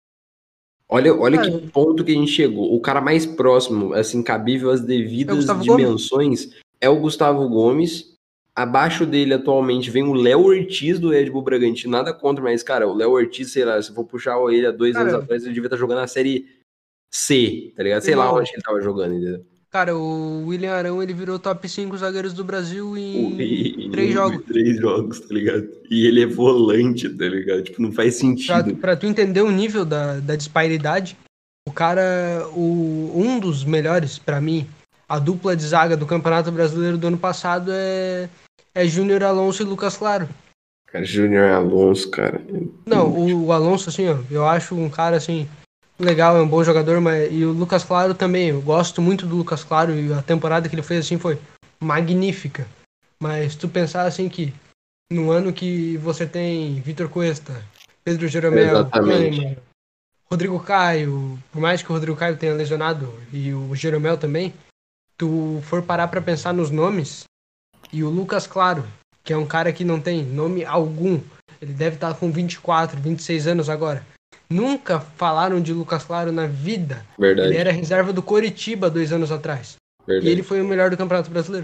olha que Cara, ponto que a gente chegou. O cara mais próximo, assim, cabível às é o devidas Gustavo Gomes. dimensões é o Gustavo Gomes. Abaixo dele atualmente vem o Léo Ortiz do Red Bull Bragantino. Nada contra, mas, cara, o Léo Ortiz, sei lá, se eu for puxar ele há 2 anos Cara, atrás, ele devia estar jogando na série C, tá ligado? Sei lá Filhão, onde ele tava jogando, entendeu? cara, o William Arão ele virou top 5 zagueiros do Brasil em Em 3 jogos. 3 jogos, tá ligado? E ele é volante, tá ligado? Tipo, não faz sentido. Pra tu entender o nível da disparidade, o cara, um dos melhores, pra mim, a dupla de zaga do Campeonato Brasileiro do ano passado é Júnior Alonso e Lucas Claro. Cara, Júnior Alonso, cara. Não, o Alonso, assim, ó, eu acho um cara, assim, legal, é um bom jogador, mas e o Lucas Claro também, eu gosto muito do Lucas Claro e a temporada que ele fez, assim, foi magnífica. Mas tu pensar, assim, que no ano que você tem Vitor Cuesta, Pedro Jeromel, Exatamente. Kahneman, Rodrigo Caio, por mais que o Rodrigo Caio tenha lesionado e o Jeromel também, tu for parar pra pensar nos nomes, e o Lucas Claro, que é um cara que não tem nome algum, ele deve estar com 24, 26 anos agora. Nunca falaram de Lucas Claro na vida. Ele Verdade, era reserva do Coritiba 2 anos atrás. E ele verdade. foi o melhor do Campeonato Brasileiro.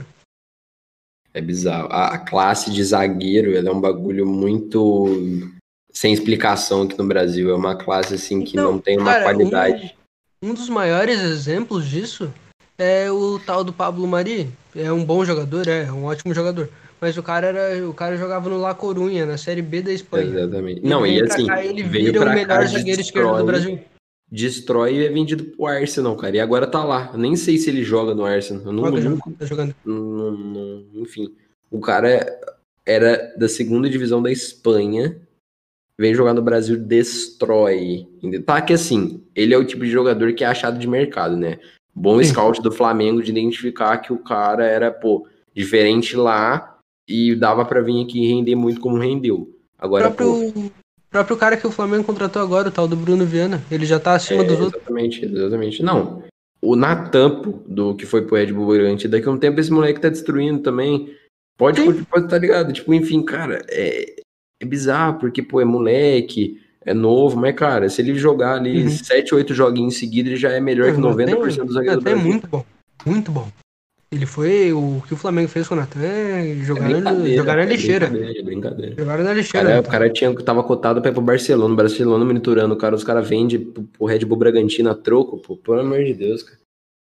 É bizarro. A classe de zagueiro, ela é um bagulho muito sem explicação aqui no Brasil. É uma classe, assim, que não Então, tem uma cara, um, qualidade. um dos maiores exemplos disso é o tal do Pablo Mari. É um bom jogador, é um ótimo jogador. Mas o cara jogava no La Coruña, na Série B da Espanha. Exatamente. Ele Não, e vem pra cá e assim, ele veio vira o pra cá, melhor zagueiro esquerdo do Brasil. destrói e é vendido pro Arsenal, cara. E agora tá lá. Eu nem sei se ele joga no Arsenal. Eu Joga, joga, nunca. tá jogando. Enfim. O cara era da segunda divisão da Espanha. Vem jogar no Brasil, destrói. Entendeu? Tá que assim, ele é o tipo de jogador que é achado de mercado, né? Bom Sim. scout do Flamengo de identificar que o cara era, pô, diferente lá e dava pra vir aqui e render muito como rendeu. O Agora, pô, próprio cara que o Flamengo contratou agora, o tal do Bruno Viana, ele já tá acima dos outros. exatamente, exatamente. Não, o Natan, pô, do que foi pro Red Bull Bragantino, daqui a um tempo esse moleque tá destruindo também. Pode Sim. estar ligado. Tipo, enfim, cara, é bizarro, porque, pô, é moleque, é novo, mas, cara, se ele jogar ali Uhum. 7, 8 joguinhos em seguida, ele já é melhor que Não, o Natan, 90% dos zagueiros do Natan é Brasil. muito bom. Muito bom. Ele foi. O que o Flamengo fez com o Natan é É jogar brincadeira, na é lixeira. brincadeira, é brincadeira. Jogaram na O lixeira, cara, o Natan. cara tava cotado pra ir pro Barcelona, o Barcelona monitorando o cara, os caras vendem pro Red Bull Bragantino a troco, pô, pelo amor de Deus, cara.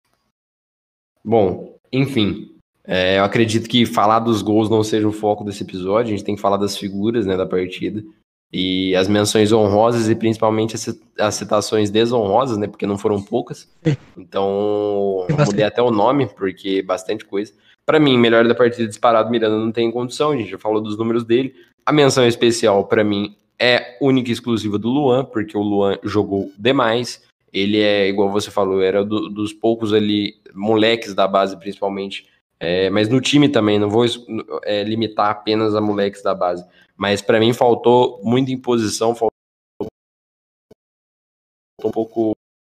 Bom, enfim, eu acredito que falar dos gols não seja o foco desse episódio, a gente tem que falar das figuras, né, da partida, e as menções honrosas e principalmente as citações desonrosas, né, porque não foram poucas, Sim, então tem eu mudei bastante. até o nome, porque bastante coisa. Pra mim, melhor da partida disparado, Miranda não tem condição, a gente já falou dos números dele. A menção especial pra mim é única e exclusiva do Luan, porque o Luan jogou demais. Ele é, igual você falou, era dos poucos ali, moleques da base principalmente, mas no time também, não vou limitar apenas a moleques da base. Mas para mim faltou muita imposição, faltou um pouco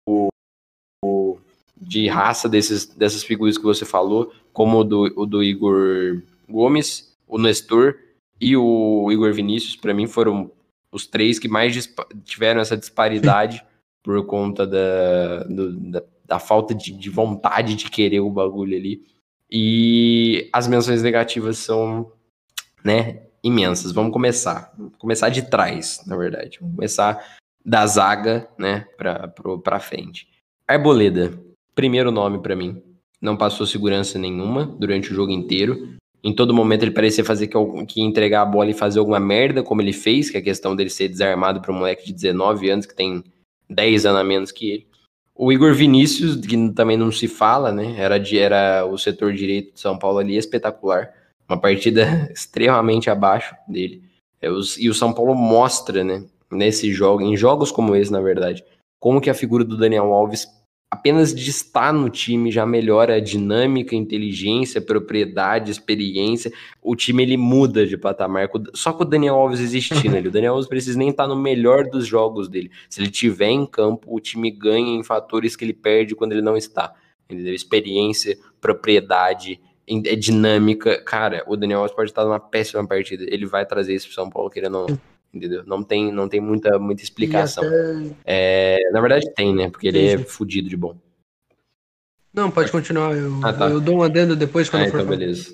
de raça dessas figuras que você falou, como o do Igor Gomes, o Nestor e o Igor Vinícius. Para mim foram os três que mais tiveram essa Sim. disparidade por conta da da falta de vontade de querer o bagulho ali. E as menções negativas são, né, imensas. Vamos começar de trás, na verdade. Vamos começar da zaga, né, pra frente. Arboleda, primeiro nome pra mim. Não passou segurança nenhuma durante o jogo inteiro. Em todo momento ele parecia fazer que entregar a bola e fazer alguma merda, como ele fez, que é a questão dele ser desarmado para um moleque de 19 anos que tem 10 anos a menos que ele. O Igor Vinícius, que também não se fala, né? Era o setor direito de São Paulo ali, espetacular. Uma partida extremamente abaixo dele. E o São Paulo mostra, né? Nesse jogo, em jogos como esse, na verdade, como que a figura do Daniel Alves, apenas de estar no time, já melhora a dinâmica, inteligência, propriedade, experiência. O time ele muda de patamar. Só com o Daniel Alves existindo ali. O Daniel Alves precisa nem estar no melhor dos jogos dele. Se ele estiver em campo, o time ganha em fatores que ele perde quando ele não está. Entendeu? Experiência, propriedade, dinâmica. Cara, o Daniel Alves pode estar numa péssima partida. Ele vai trazer isso pro São Paulo, querendo ou não. Entendeu? Não tem muita explicação. Na verdade tem, né? Porque ele é fudido de bom. Não, pode continuar. Tá. Eu dou um adendo depois quando for então beleza.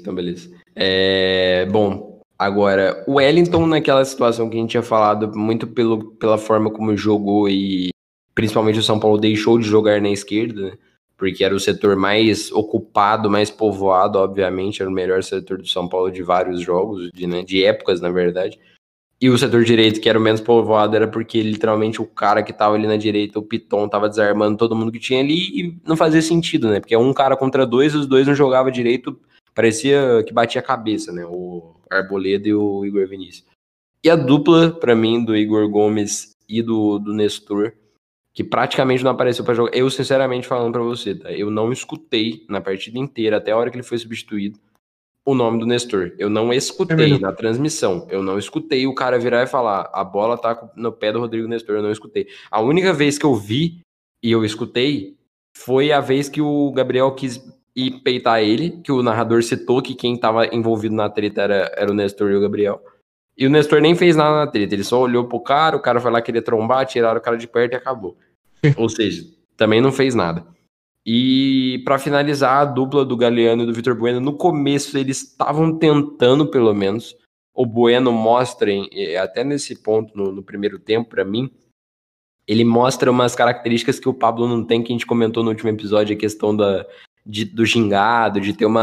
Bom, agora, o Wellington naquela situação que a gente tinha falado, muito pela forma como jogou e principalmente o São Paulo deixou de jogar na esquerda, né? Porque era o setor mais ocupado, mais povoado, obviamente, era o melhor setor do São Paulo de vários jogos, de épocas, na verdade. E o setor direito, que era o menos povoado, era porque literalmente o cara que tava ali na direita, o Piton, tava desarmando todo mundo que tinha ali e não fazia sentido, né? Porque é um cara contra dois, os dois não jogavam direito, parecia que batia a cabeça, né? O Arboleda e o Igor Vinícius. E a dupla, pra mim, do Igor Gomes e do Nestor, que praticamente não apareceu pra jogar. Eu, sinceramente, falando pra você, tá? Eu não escutei na partida inteira, até a hora que ele foi substituído, o nome do Nestor. Eu não escutei na transmissão. Eu não escutei o cara virar e falar: a bola tá no pé do Rodrigo Nestor. Eu não escutei. A única vez que eu vi e eu escutei foi a vez que o Gabriel quis ir peitar ele, que o narrador citou que quem tava envolvido na treta era o Nestor e o Gabriel. E o Nestor nem fez nada na treta. Ele só olhou pro cara, o cara foi lá querer trombar, tiraram o cara de perto e acabou. Ou seja, também não fez nada. E para finalizar, a dupla do Galeano e do Vitor Bueno, no começo eles estavam tentando, pelo menos. O Bueno mostra, até nesse ponto, no primeiro tempo, para mim, ele mostra umas características que o Pablo não tem, que a gente comentou no último episódio, a questão do gingado, de ter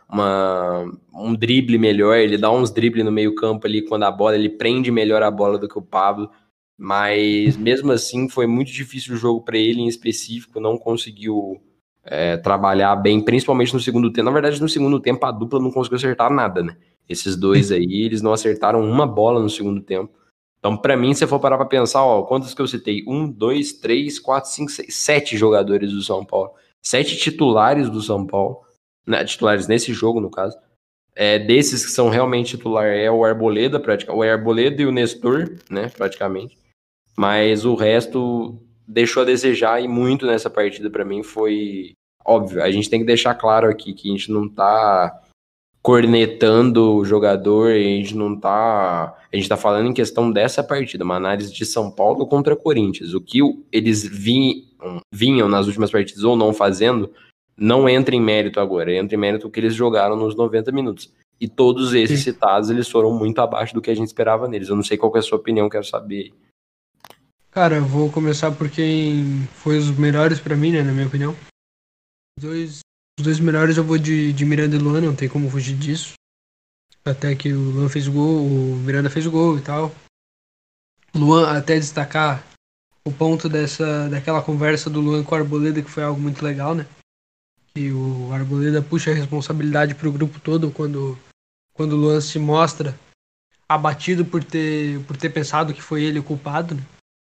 um drible melhor. Ele dá uns dribles no meio campo ali, quando a bola, ele prende melhor a bola do que o Pablo. Mas mesmo assim foi muito difícil o jogo para ele em específico, não conseguiu trabalhar bem, principalmente no segundo tempo. Na verdade, no segundo tempo a dupla não conseguiu acertar nada, né? Esses dois aí, eles não acertaram uma bola no segundo tempo. Então, para mim, se você for parar para pensar, ó, quantos que eu citei? 1, 2, 3, 4, 5, 6, 7 jogadores do São Paulo. 7 titulares do São Paulo, né, titulares nesse jogo, no caso. Desses que são realmente titular é o Arboleda, o Arboleda e o Nestor, né, praticamente. Mas o resto deixou a desejar, e muito nessa partida para mim foi óbvio. A gente tem que deixar claro aqui que a gente não tá cornetando o jogador, a gente tá falando em questão dessa partida, uma análise de São Paulo contra Corinthians. O que eles vinham nas últimas partidas ou não fazendo, não entra em mérito agora, entra em mérito o que eles jogaram nos 90 minutos. E todos esses citados, eles foram muito abaixo do que a gente esperava neles. Eu não sei qual que é a sua opinião, quero saber. Cara, eu vou começar por quem foi os melhores pra mim, né, na minha opinião. Os dois melhores eu vou de Miranda e Luan, não tem como fugir disso. Até que o Luan fez o gol, o Miranda fez o gol e tal. Luan, até destacar o ponto daquela conversa do Luan com o Arboleda, que foi algo muito legal, né? Que o Arboleda puxa a responsabilidade pro grupo todo quando o Luan se mostra abatido por ter pensado que foi ele o culpado, né?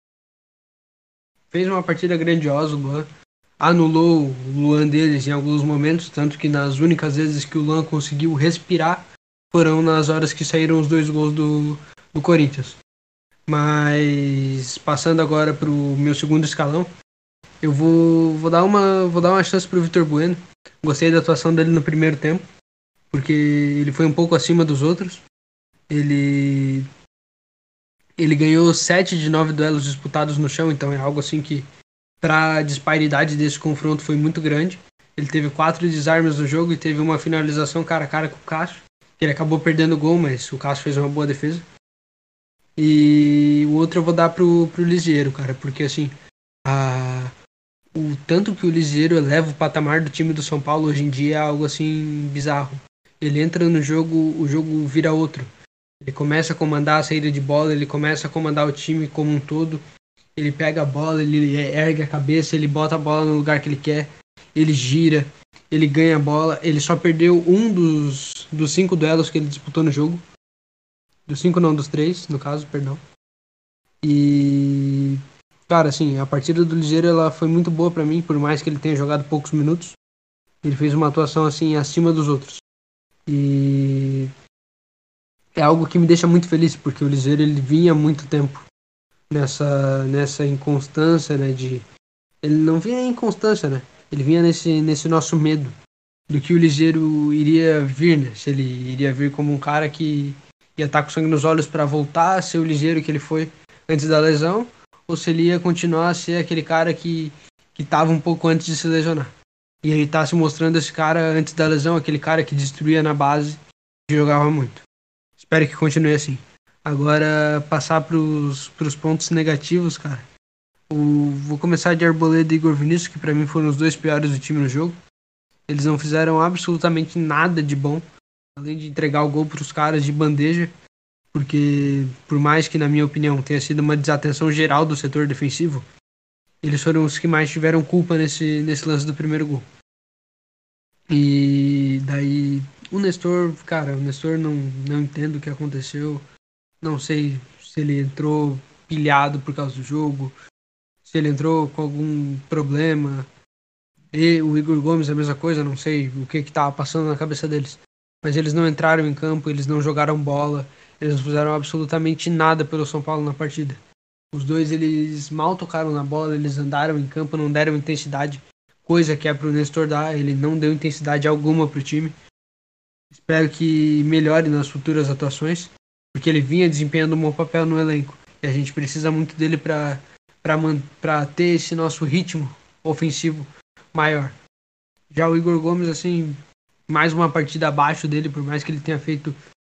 Fez uma partida grandiosa o Luan. Anulou o Luan deles em alguns momentos, tanto que nas únicas vezes que o Luan conseguiu respirar foram nas horas que saíram os 2 gols do Corinthians. Mas passando agora pro meu segundo escalão, eu vou dar uma chance pro Vitor Bueno. Gostei da atuação dele no primeiro tempo, porque ele foi um pouco acima dos outros. Ele ganhou 7 de 9 duelos disputados no chão, então é algo assim que para a disparidade desse confronto foi muito grande. Ele teve 4 desarmes no jogo e teve uma finalização cara a cara com o Cássio. Ele acabou perdendo o gol, mas o Cássio fez uma boa defesa. E o outro eu vou dar pro Lisieiro, cara, porque assim, o tanto que o Lisieiro eleva o patamar do time do São Paulo hoje em dia é algo assim bizarro. Ele entra no jogo, o jogo vira outro. Ele começa a comandar a saída de bola, ele começa a comandar o time como um todo. Ele pega a bola, ele ergue a cabeça, ele bota a bola no lugar que ele quer, ele gira, ele ganha a bola. Ele só perdeu um dos 5 duelos que ele disputou no jogo. Dos 5 não, dos 3, no caso, perdão. E, cara, assim, a partida do Ligeiro ela foi muito boa pra mim, por mais que ele tenha jogado poucos minutos. Ele fez uma atuação, assim, acima dos outros. E é algo que me deixa muito feliz, porque o Ligeiro ele vinha há muito tempo nessa inconstância, né, ele não vinha em inconstância, né? Ele vinha nesse nosso medo do que o Ligeiro iria vir, né? Se ele iria vir como um cara que ia estar com sangue nos olhos para voltar a ser o Ligeiro que ele foi antes da lesão, ou se ele ia continuar a ser aquele cara que estava um pouco antes de se lesionar. E ele tá se mostrando esse cara antes da lesão, aquele cara que destruía na base e jogava muito. Espero que continue assim. Agora, passar pros pontos negativos, cara. Vou começar de Arboleda e Igor Vinícius, que pra mim foram os 2 piores do time no jogo. Eles não fizeram absolutamente nada de bom, além de entregar o gol pros caras de bandeja, porque por mais que, na minha opinião, tenha sido uma desatenção geral do setor defensivo, eles foram os que mais tiveram culpa nesse lance do primeiro gol. E daí o Nestor, cara, o Nestor não entendo o que aconteceu. Não sei se ele entrou pilhado por causa do jogo, se ele entrou com algum problema. E o Igor Gomes a mesma coisa, não sei o que estava passando na cabeça deles. Mas eles não entraram em campo, eles não jogaram bola, eles não fizeram absolutamente nada pelo São Paulo na partida. Os dois, eles mal tocaram na bola, eles andaram em campo, não deram intensidade, coisa que é pro Nestor dar, ele não deu intensidade alguma pro time. Espero que melhore nas futuras atuações, porque ele vinha desempenhando um bom papel no elenco. E a gente precisa muito dele para ter esse nosso ritmo ofensivo maior. Já o Igor Gomes, assim, mais uma partida abaixo dele, por mais que ele tenha feito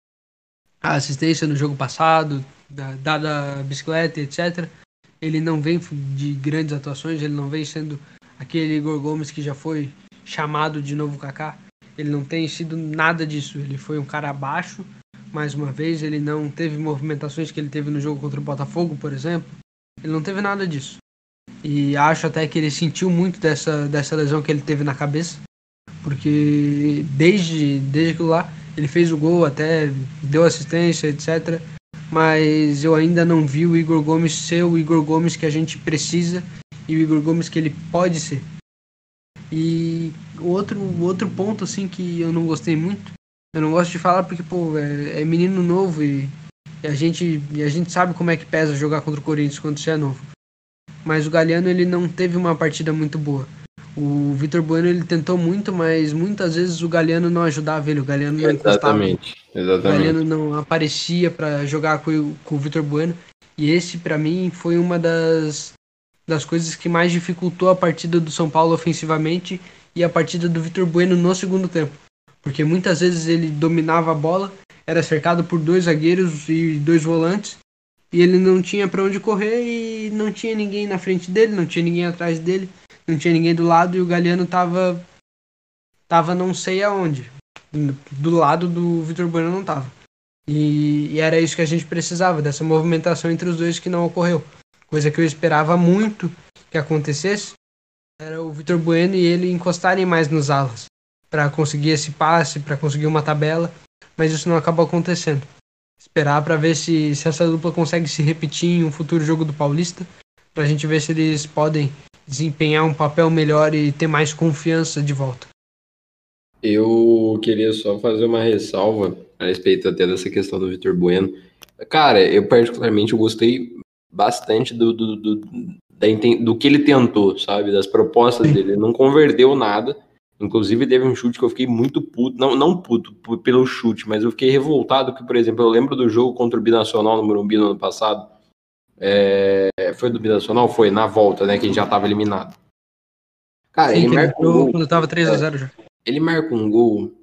a assistência no jogo passado, dada a bicicleta, etc. Ele não vem de grandes atuações, ele não vem sendo aquele Igor Gomes que já foi chamado de novo Kaká. Ele não tem sido nada disso, ele foi um cara abaixo, mais uma vez, ele não teve movimentações que ele teve no jogo contra o Botafogo, por exemplo. Ele não teve nada disso. E acho até que ele sentiu muito dessa lesão que ele teve na cabeça, porque desde aquilo lá, ele fez o gol, até deu assistência, etc. Mas eu ainda não vi o Igor Gomes ser o Igor Gomes que a gente precisa e o Igor Gomes que ele pode ser. E o outro ponto, assim, que eu não gostei muito, eu não gosto de falar porque, pô, é menino novo e a gente sabe como é que pesa jogar contra o Corinthians quando você é novo. Mas o Galhardo, ele não teve uma partida muito boa. O Vitor Bueno, ele tentou muito, mas muitas vezes o Galhardo não ajudava ele, o Galhardo não encostava. Exatamente. O Galhardo não aparecia para jogar com o Vitor Bueno. E esse, para mim, foi uma das coisas que mais dificultou a partida do São Paulo ofensivamente e a partida do Vitor Bueno no segundo tempo. Porque muitas vezes ele dominava a bola, era cercado por 2 zagueiros e 2 volantes, e ele não tinha para onde correr e não tinha ninguém na frente dele, não tinha ninguém atrás dele, não tinha ninguém do lado, e o Galhardo tava não sei aonde. Do lado do Vitor Bueno não tava. E era isso que a gente precisava, dessa movimentação entre os dois que não ocorreu. Coisa que eu esperava muito que acontecesse, era o Vitor Bueno e ele encostarem mais nos alas, para conseguir esse passe, para conseguir uma tabela, mas isso não acabou acontecendo. Esperar para ver se essa dupla consegue se repetir em um futuro jogo do Paulista, para a gente ver se eles podem desempenhar um papel melhor e ter mais confiança de volta. Eu queria só fazer uma ressalva a respeito até dessa questão do Vitor Bueno. Cara, eu particularmente gostei bastante do que ele tentou, sabe? Das propostas dele. Ele não converteu nada. Inclusive, teve um chute que eu fiquei muito puto. Não puto pelo chute, mas eu fiquei revoltado que, por exemplo, eu lembro do jogo contra o Binacional no Morumbi no ano passado. Foi do Binacional? Foi, na volta, né? Que a gente já tava eliminado. Cara, Sim, ele que ele marca um entrou gol. quando tava 3-0 já. Ele marca um gol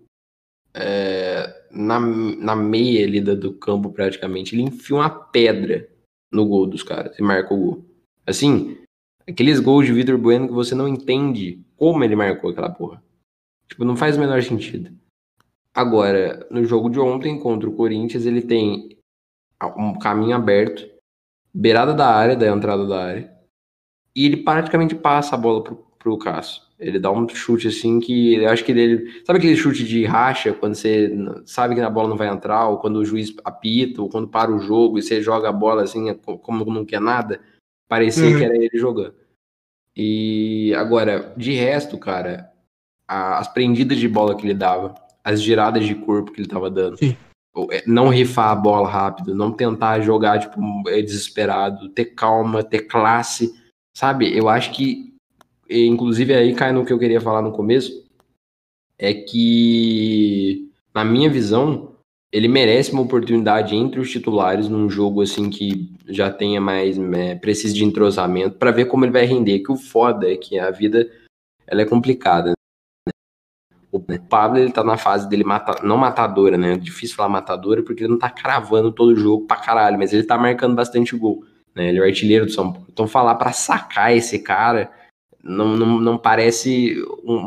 na meia ali do campo, praticamente. Ele enfia uma pedra no gol dos caras e marca o gol. Assim, aqueles gols de Vitor Bueno que você não entende como ele marcou aquela porra. Tipo, não faz o menor sentido. Agora, no jogo de ontem contra o Corinthians, ele tem um caminho aberto, beirada da área, da entrada da área, e ele praticamente passa a bola pro Cássio. Ele dá um chute assim que eu acho que ele. Sabe aquele chute de racha, quando você sabe que a bola não vai entrar, ou quando o juiz apita, ou quando para o jogo e você joga a bola assim, como não quer nada? Parecia que era ele jogando. E agora, de resto, cara, as prendidas de bola que ele dava, as giradas de corpo que ele tava dando, Sim. não rifar a bola rápido, não tentar jogar tipo desesperado, ter calma, ter classe, sabe? Eu acho que, inclusive aí cai no que eu queria falar no começo, é que, na minha visão, ele merece uma oportunidade entre os titulares num jogo assim que já tenha mais precisa de entrosamento para ver como ele vai render. Que o foda é que a vida ela é complicada. O Pablo, ele tá na fase dele não matadora, né? Difícil falar matadora porque ele não tá cravando todo o jogo pra caralho, mas ele tá marcando bastante gol, né? Ele é o artilheiro do São Paulo. Então falar pra sacar esse cara não parece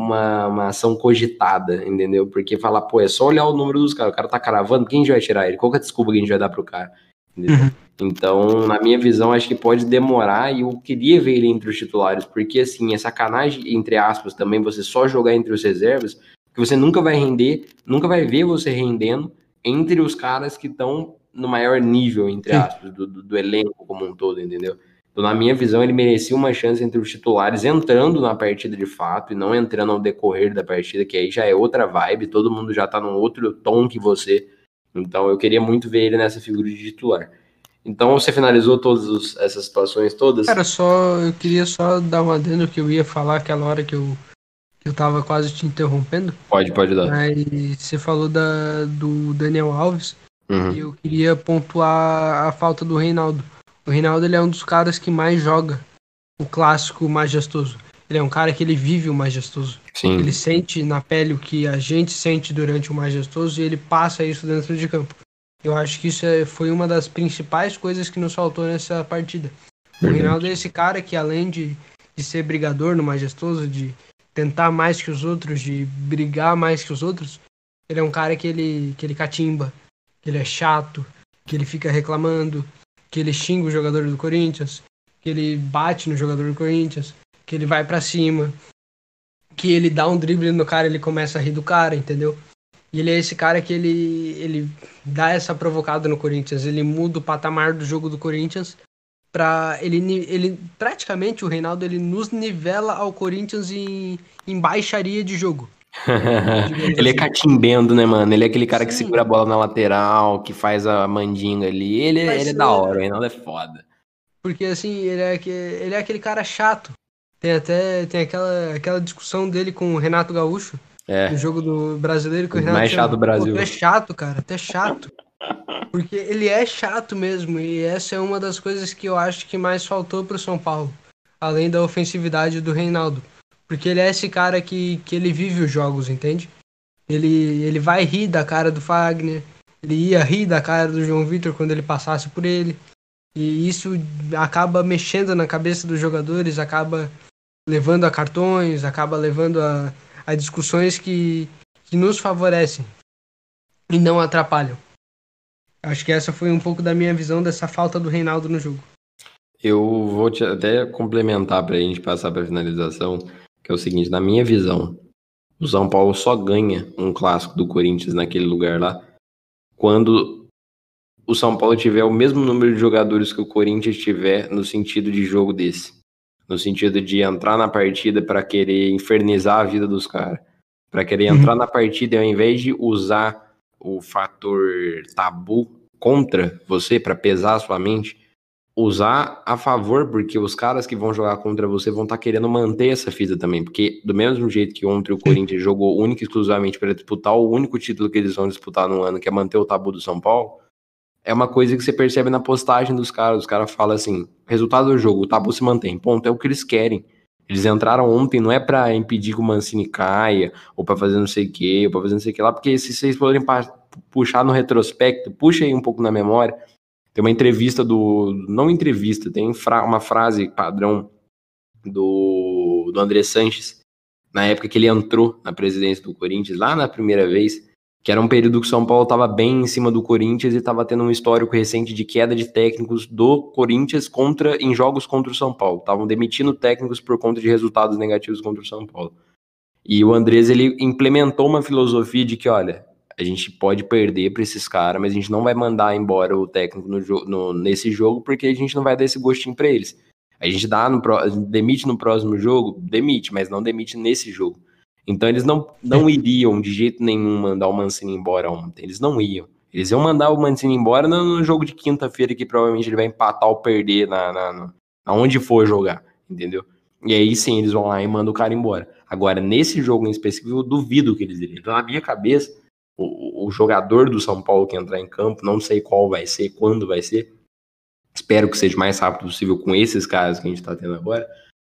uma ação cogitada, entendeu? Porque falar, pô, é só olhar o número dos caras, o cara tá cravando, quem já vai tirar ele? Qual que é a desculpa que a gente vai dar pro cara? Entendeu? Então, na minha visão, acho que pode demorar e eu queria ver ele entre os titulares, porque assim, é sacanagem, entre aspas, também você só jogar entre os reservas, que você nunca vai render, nunca vai ver você rendendo entre os caras que estão no maior nível, entre aspas, do elenco como um todo, entendeu? Então, na minha visão, ele merecia uma chance entre os titulares, entrando na partida de fato e não entrando ao decorrer da partida, que aí já é outra vibe, todo mundo já tá num outro tom que você. Então, eu queria muito ver ele nessa figura de titular. Então, você finalizou todas essas situações todas? Cara, eu queria só dar um adendo que eu ia falar aquela hora que eu tava quase te interrompendo, Pode dar. mas você falou do Daniel Alves e Uhum. eu queria pontuar a falta do Reinaldo. O Reinaldo, ele é um dos caras que mais joga o clássico majestoso. Ele é um cara que ele vive o majestoso. Sim. Ele sente na pele o que a gente sente durante o majestoso e ele passa isso dentro de campo. Eu acho que isso foi uma das principais coisas que nos faltou nessa partida. O Reinaldo é Verdade. esse cara que, além de ser brigador no majestoso, de tentar mais que os outros, de brigar mais que os outros, ele é um cara que ele catimba, que ele é chato, que ele fica reclamando, que ele xinga o jogador do Corinthians, que ele bate no jogador do Corinthians, que ele vai pra cima, que ele dá um drible no cara, ele começa a rir do cara, entendeu? E ele é esse cara que ele dá essa provocada no Corinthians, ele muda o patamar do jogo do Corinthians para ele praticamente o Reinaldo ele nos nivela ao Corinthians em baixaria de jogo, digamos Ele é assim. catimbendo, né, mano? Ele é aquele cara que Sim, segura a bola na lateral, que faz a mandinga ali. Ele é da hora, o parceiro, Reinaldo é foda. porque assim, ele é aquele cara chato. Tem aquela discussão dele com o Renato Gaúcho no É, jogo do Brasileiro que o o Renato mais chato chama, do pô, tu Brasil. é chato, cara, tu é chato. Porque ele é chato mesmo, e essa é uma das coisas que eu acho que mais faltou pro São Paulo, além da ofensividade do Reinaldo. Porque ele é esse cara que ele vive os jogos, entende? Ele vai rir da cara do Fagner, ele ia rir da cara do João Vitor quando ele passasse por ele. E isso acaba mexendo na cabeça dos jogadores, acaba levando a cartões, acaba levando a discussões que nos favorecem e não atrapalham. Acho que essa foi um pouco da minha visão dessa falta do Reinaldo no jogo. Eu vou até complementar para a gente passar para a finalização, que é o seguinte, na minha visão, o São Paulo só ganha um clássico do Corinthians naquele lugar lá quando o São Paulo tiver o mesmo número de jogadores que o Corinthians tiver no sentido de jogo desse. No sentido de entrar na partida para querer infernizar a vida dos caras. Para querer entrar na partida e ao invés de usar o fator tabu contra você, para pesar a sua mente, usar a favor, porque os caras que vão jogar contra você vão estar querendo manter essa fita também. Porque do mesmo jeito que ontem o Corinthians jogou única e exclusivamente para disputar o único título que eles vão disputar no ano, que é manter o tabu do São Paulo, é uma coisa que você percebe na postagem dos caras. Os caras falam assim: resultado do jogo, o Tabu se mantém. Ponto, é o que eles querem. Eles entraram ontem, não é pra impedir que o Mancini caia, ou pra fazer não sei o que, ou pra fazer não sei o que lá, porque se vocês forem puxar no retrospecto, puxa aí um pouco na memória. Tem uma entrevista não entrevista, tem uma frase padrão do André Sanches, na época que ele entrou na presidência do Corinthians, lá na primeira vez, que era um período que o São Paulo estava bem em cima do Corinthians e estava tendo um histórico recente de queda de técnicos do Corinthians em jogos contra o São Paulo. Estavam demitindo técnicos por conta de resultados negativos contra o São Paulo. E o Andrés, ele implementou uma filosofia de que, olha, a gente pode perder para esses caras, mas a gente não vai mandar embora o técnico nesse jogo porque a gente não vai dar esse gostinho para eles. A gente demite no próximo jogo, demite, mas não demite nesse jogo. Então eles não iriam de jeito nenhum mandar o Mancini embora ontem. Eles não iam. Eles iam mandar o Mancini embora no jogo de quinta-feira, que provavelmente ele vai empatar ou perder onde for jogar, entendeu? E aí sim, eles vão lá e mandam o cara embora. Agora, nesse jogo em específico, eu duvido que eles iriam. Então, na minha cabeça, o jogador do São Paulo que entrar em campo, não sei qual vai ser, quando vai ser, espero que seja o mais rápido possível com esses caras que a gente tá tendo agora,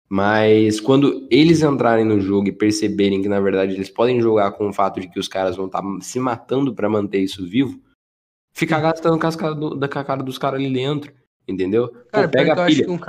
mas quando eles entrarem no jogo e perceberem que, na verdade, eles podem jogar com o fato de que os caras vão estar se matando para manter isso vivo, ficar gastando com a cara dos caras ali dentro, entendeu? Cara, Pô, pega a pilha. acho que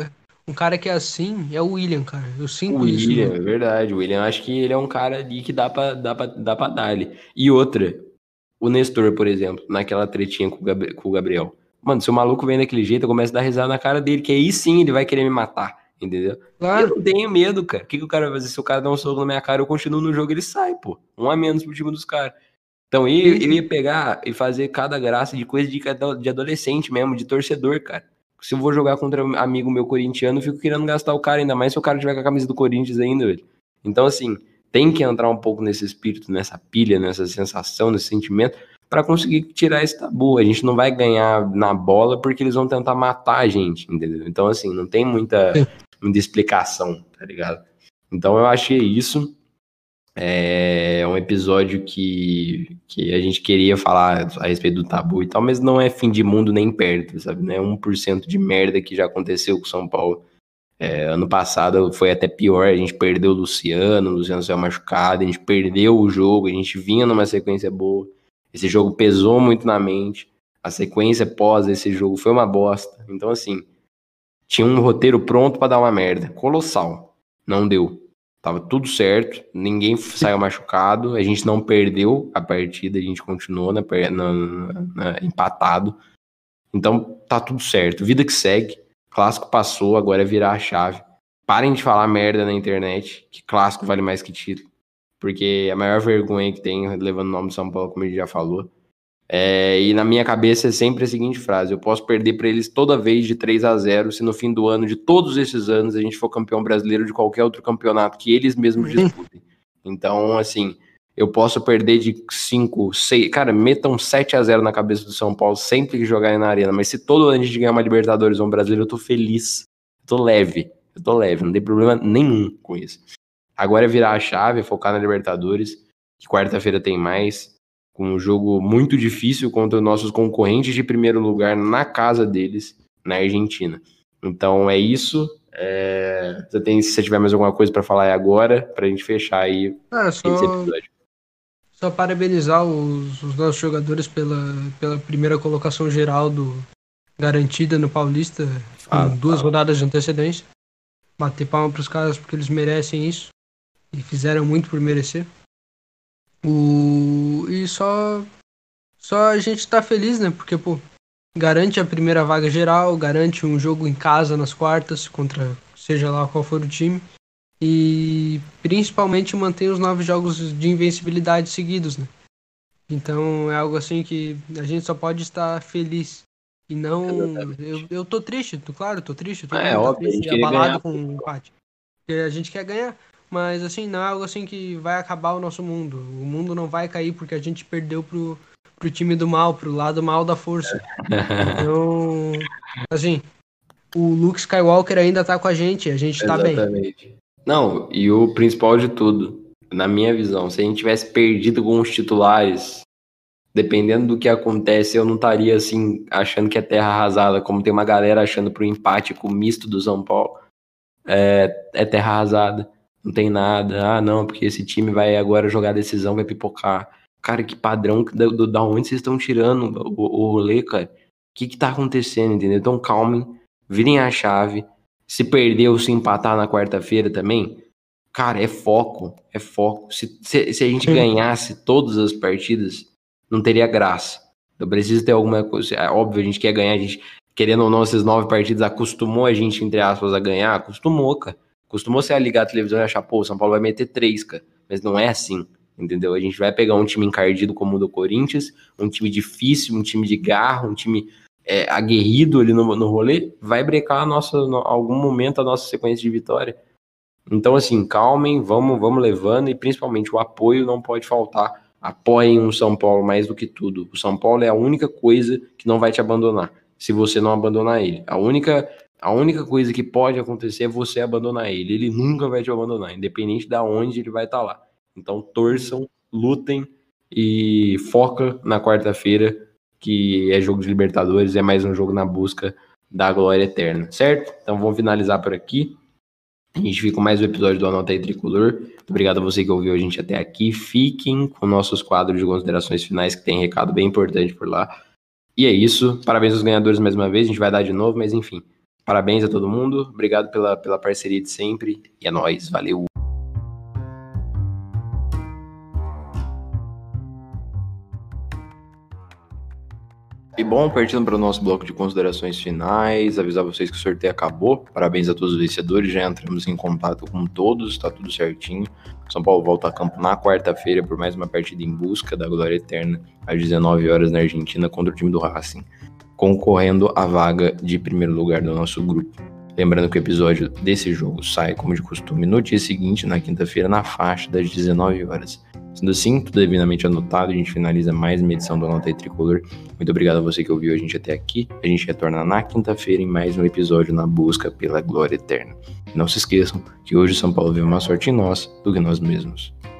um cara que é assim é o William, cara. Eu sinto isso. O William, é verdade. O William, acho que ele é um cara ali que dá pra dar ele. E outra, o Nestor, por exemplo, naquela tretinha com o Gabriel. Mano, se o maluco vem daquele jeito, eu começo a dar risada na cara dele, que aí sim ele vai querer me matar, entendeu? Claro. E eu não tenho medo, cara. O que o cara vai fazer? Se o cara dá um soco na minha cara, eu continuo no jogo, ele sai, pô. 1 a menos pro time dos caras. Então eu ia pegar e fazer cada graça de coisa de adolescente mesmo, de torcedor, cara. Se eu vou jogar contra um amigo meu corintiano, eu fico querendo gastar o cara, ainda mais se o cara tiver com a camisa do Corinthians ainda, velho. Então, assim, tem que entrar um pouco nesse espírito, nessa pilha, nessa sensação, nesse sentimento, para conseguir tirar esse tabu. A gente não vai ganhar na bola porque eles vão tentar matar a gente, entendeu? Então, assim, não tem muita explicação, tá ligado? Então, eu achei isso. É um episódio que a gente queria falar a respeito do tabu e tal, mas não é fim de mundo nem perto, sabe? Não é 1% de merda que já aconteceu com o São Paulo. Ano passado foi até pior, a gente perdeu o Luciano saiu machucado, a gente perdeu o jogo, a gente vinha numa sequência boa. Esse jogo pesou muito na mente, a sequência pós esse jogo foi uma bosta. Então, assim, tinha um roteiro pronto pra dar uma merda, colossal. Não deu. Tava tudo certo, ninguém saiu machucado, a gente não perdeu a partida, a gente continuou empatado. Então tá tudo certo, vida que segue, clássico passou, agora é virar a chave. Parem de falar merda na internet, que clássico vale mais que título, porque a maior vergonha que tem, levando o nome de São Paulo, como a gente já falou. E na minha cabeça é sempre a seguinte frase: eu posso perder para eles toda vez de 3-0 se no fim do ano, de todos esses anos, a gente for campeão brasileiro de qualquer outro campeonato que eles mesmos disputem. Então, assim, eu posso perder de 5, 6... Cara, metam 7-0 na cabeça do São Paulo sempre que jogarem na arena, mas se todo ano a gente ganhar uma Libertadores ou um brasileiro, eu tô feliz, eu tô leve, não tem problema nenhum com isso. Agora é virar a chave, focar na Libertadores, que quarta-feira tem mais, com um jogo muito difícil contra nossos concorrentes de primeiro lugar na casa deles, na Argentina. Então é isso. Se você tiver mais alguma coisa para falar agora, pra gente fechar aí esse episódio. Só parabenizar os nossos jogadores pela primeira colocação geral garantida no Paulista, com 2 rodadas de antecedência. Bater palma pros caras porque eles merecem isso e fizeram muito por merecer. E só a gente tá feliz, né? Porque, pô, garante a primeira vaga geral, garante um jogo em casa nas quartas, contra seja lá qual for o time. E principalmente mantém os 9 jogos de invencibilidade seguidos, né? Então é algo assim que a gente só pode estar feliz. E não... Eu tô triste, claro, tô triste. Todo mundo óbvio, tá triste, a gente queria abalado ganhar, com o empate. Porque a gente quer ganhar. Mas assim, não é algo assim que vai acabar o nosso mundo. O mundo não vai cair porque a gente perdeu pro time do mal, pro lado mal da força. Então, assim, o Luke Skywalker ainda tá com a gente tá bem. Exatamente. Não, e o principal de tudo, na minha visão, se a gente tivesse perdido com os titulares, dependendo do que acontece, eu não estaria assim, achando que é terra arrasada, como tem uma galera achando pro empate com o misto do São Paulo. É terra arrasada, não tem nada. Ah, não, porque esse time vai agora jogar a decisão, vai pipocar. Cara, que padrão, da onde vocês estão tirando o rolê, cara? O que tá acontecendo, entendeu? Então calmem, virem a chave. Se perder ou se empatar na quarta-feira também, cara, é foco, é foco. Se a gente ganhasse todas as partidas, não teria graça. Eu preciso ter alguma coisa. É óbvio, a gente quer ganhar, a gente, querendo ou não, essas 9 partidas acostumou a gente, entre aspas, a ganhar. Acostumou, cara. Acostumou você a ligar a televisão e achar, pô, o São Paulo vai meter 3, cara. Mas não é assim, entendeu? A gente vai pegar um time encardido como o do Corinthians, um time difícil, um time de garra, um time aguerrido ali no rolê, vai brecar algum momento a nossa sequência de vitória. Então, assim, calmem, vamos levando, e principalmente o apoio não pode faltar. Apoiem o São Paulo mais do que tudo. O São Paulo é a única coisa que não vai te abandonar, se você não abandonar ele. A única coisa que pode acontecer é você abandonar ele. Ele nunca vai te abandonar, independente de onde ele vai estar lá. Então, torçam, lutem e foca na quarta-feira, que é jogo de Libertadores, é mais um jogo na busca da glória eterna, certo? Então, vamos finalizar por aqui. A gente fica com mais um episódio do Anota aí Tricolor. Muito obrigado a você que ouviu a gente até aqui. Fiquem com nossos quadros de considerações finais, que tem recado bem importante por lá. E é isso. Parabéns aos ganhadores mais uma vez. A gente vai dar de novo, mas enfim. Parabéns a todo mundo. Obrigado pela parceria de sempre. E é nóis. Valeu. E bom, partindo para o nosso bloco de considerações finais, avisar vocês que o sorteio acabou. Parabéns a todos os vencedores, já entramos em contato com todos, tá tudo certinho. São Paulo volta a campo na quarta-feira por mais uma partida em busca da glória eterna, às 19 horas na Argentina, contra o time do Racing, concorrendo à vaga de primeiro lugar do nosso grupo. Lembrando que o episódio desse jogo sai, como de costume, no dia seguinte, na quinta-feira, na faixa das 19 horas. Sendo assim, tudo devidamente anotado, a gente finaliza mais uma edição do Anota aí Tricolor. Muito obrigado a você que ouviu a gente até aqui. A gente retorna na quinta-feira em mais um episódio na busca pela glória eterna. Não se esqueçam que hoje o São Paulo vê mais sorte em nós do que nós mesmos.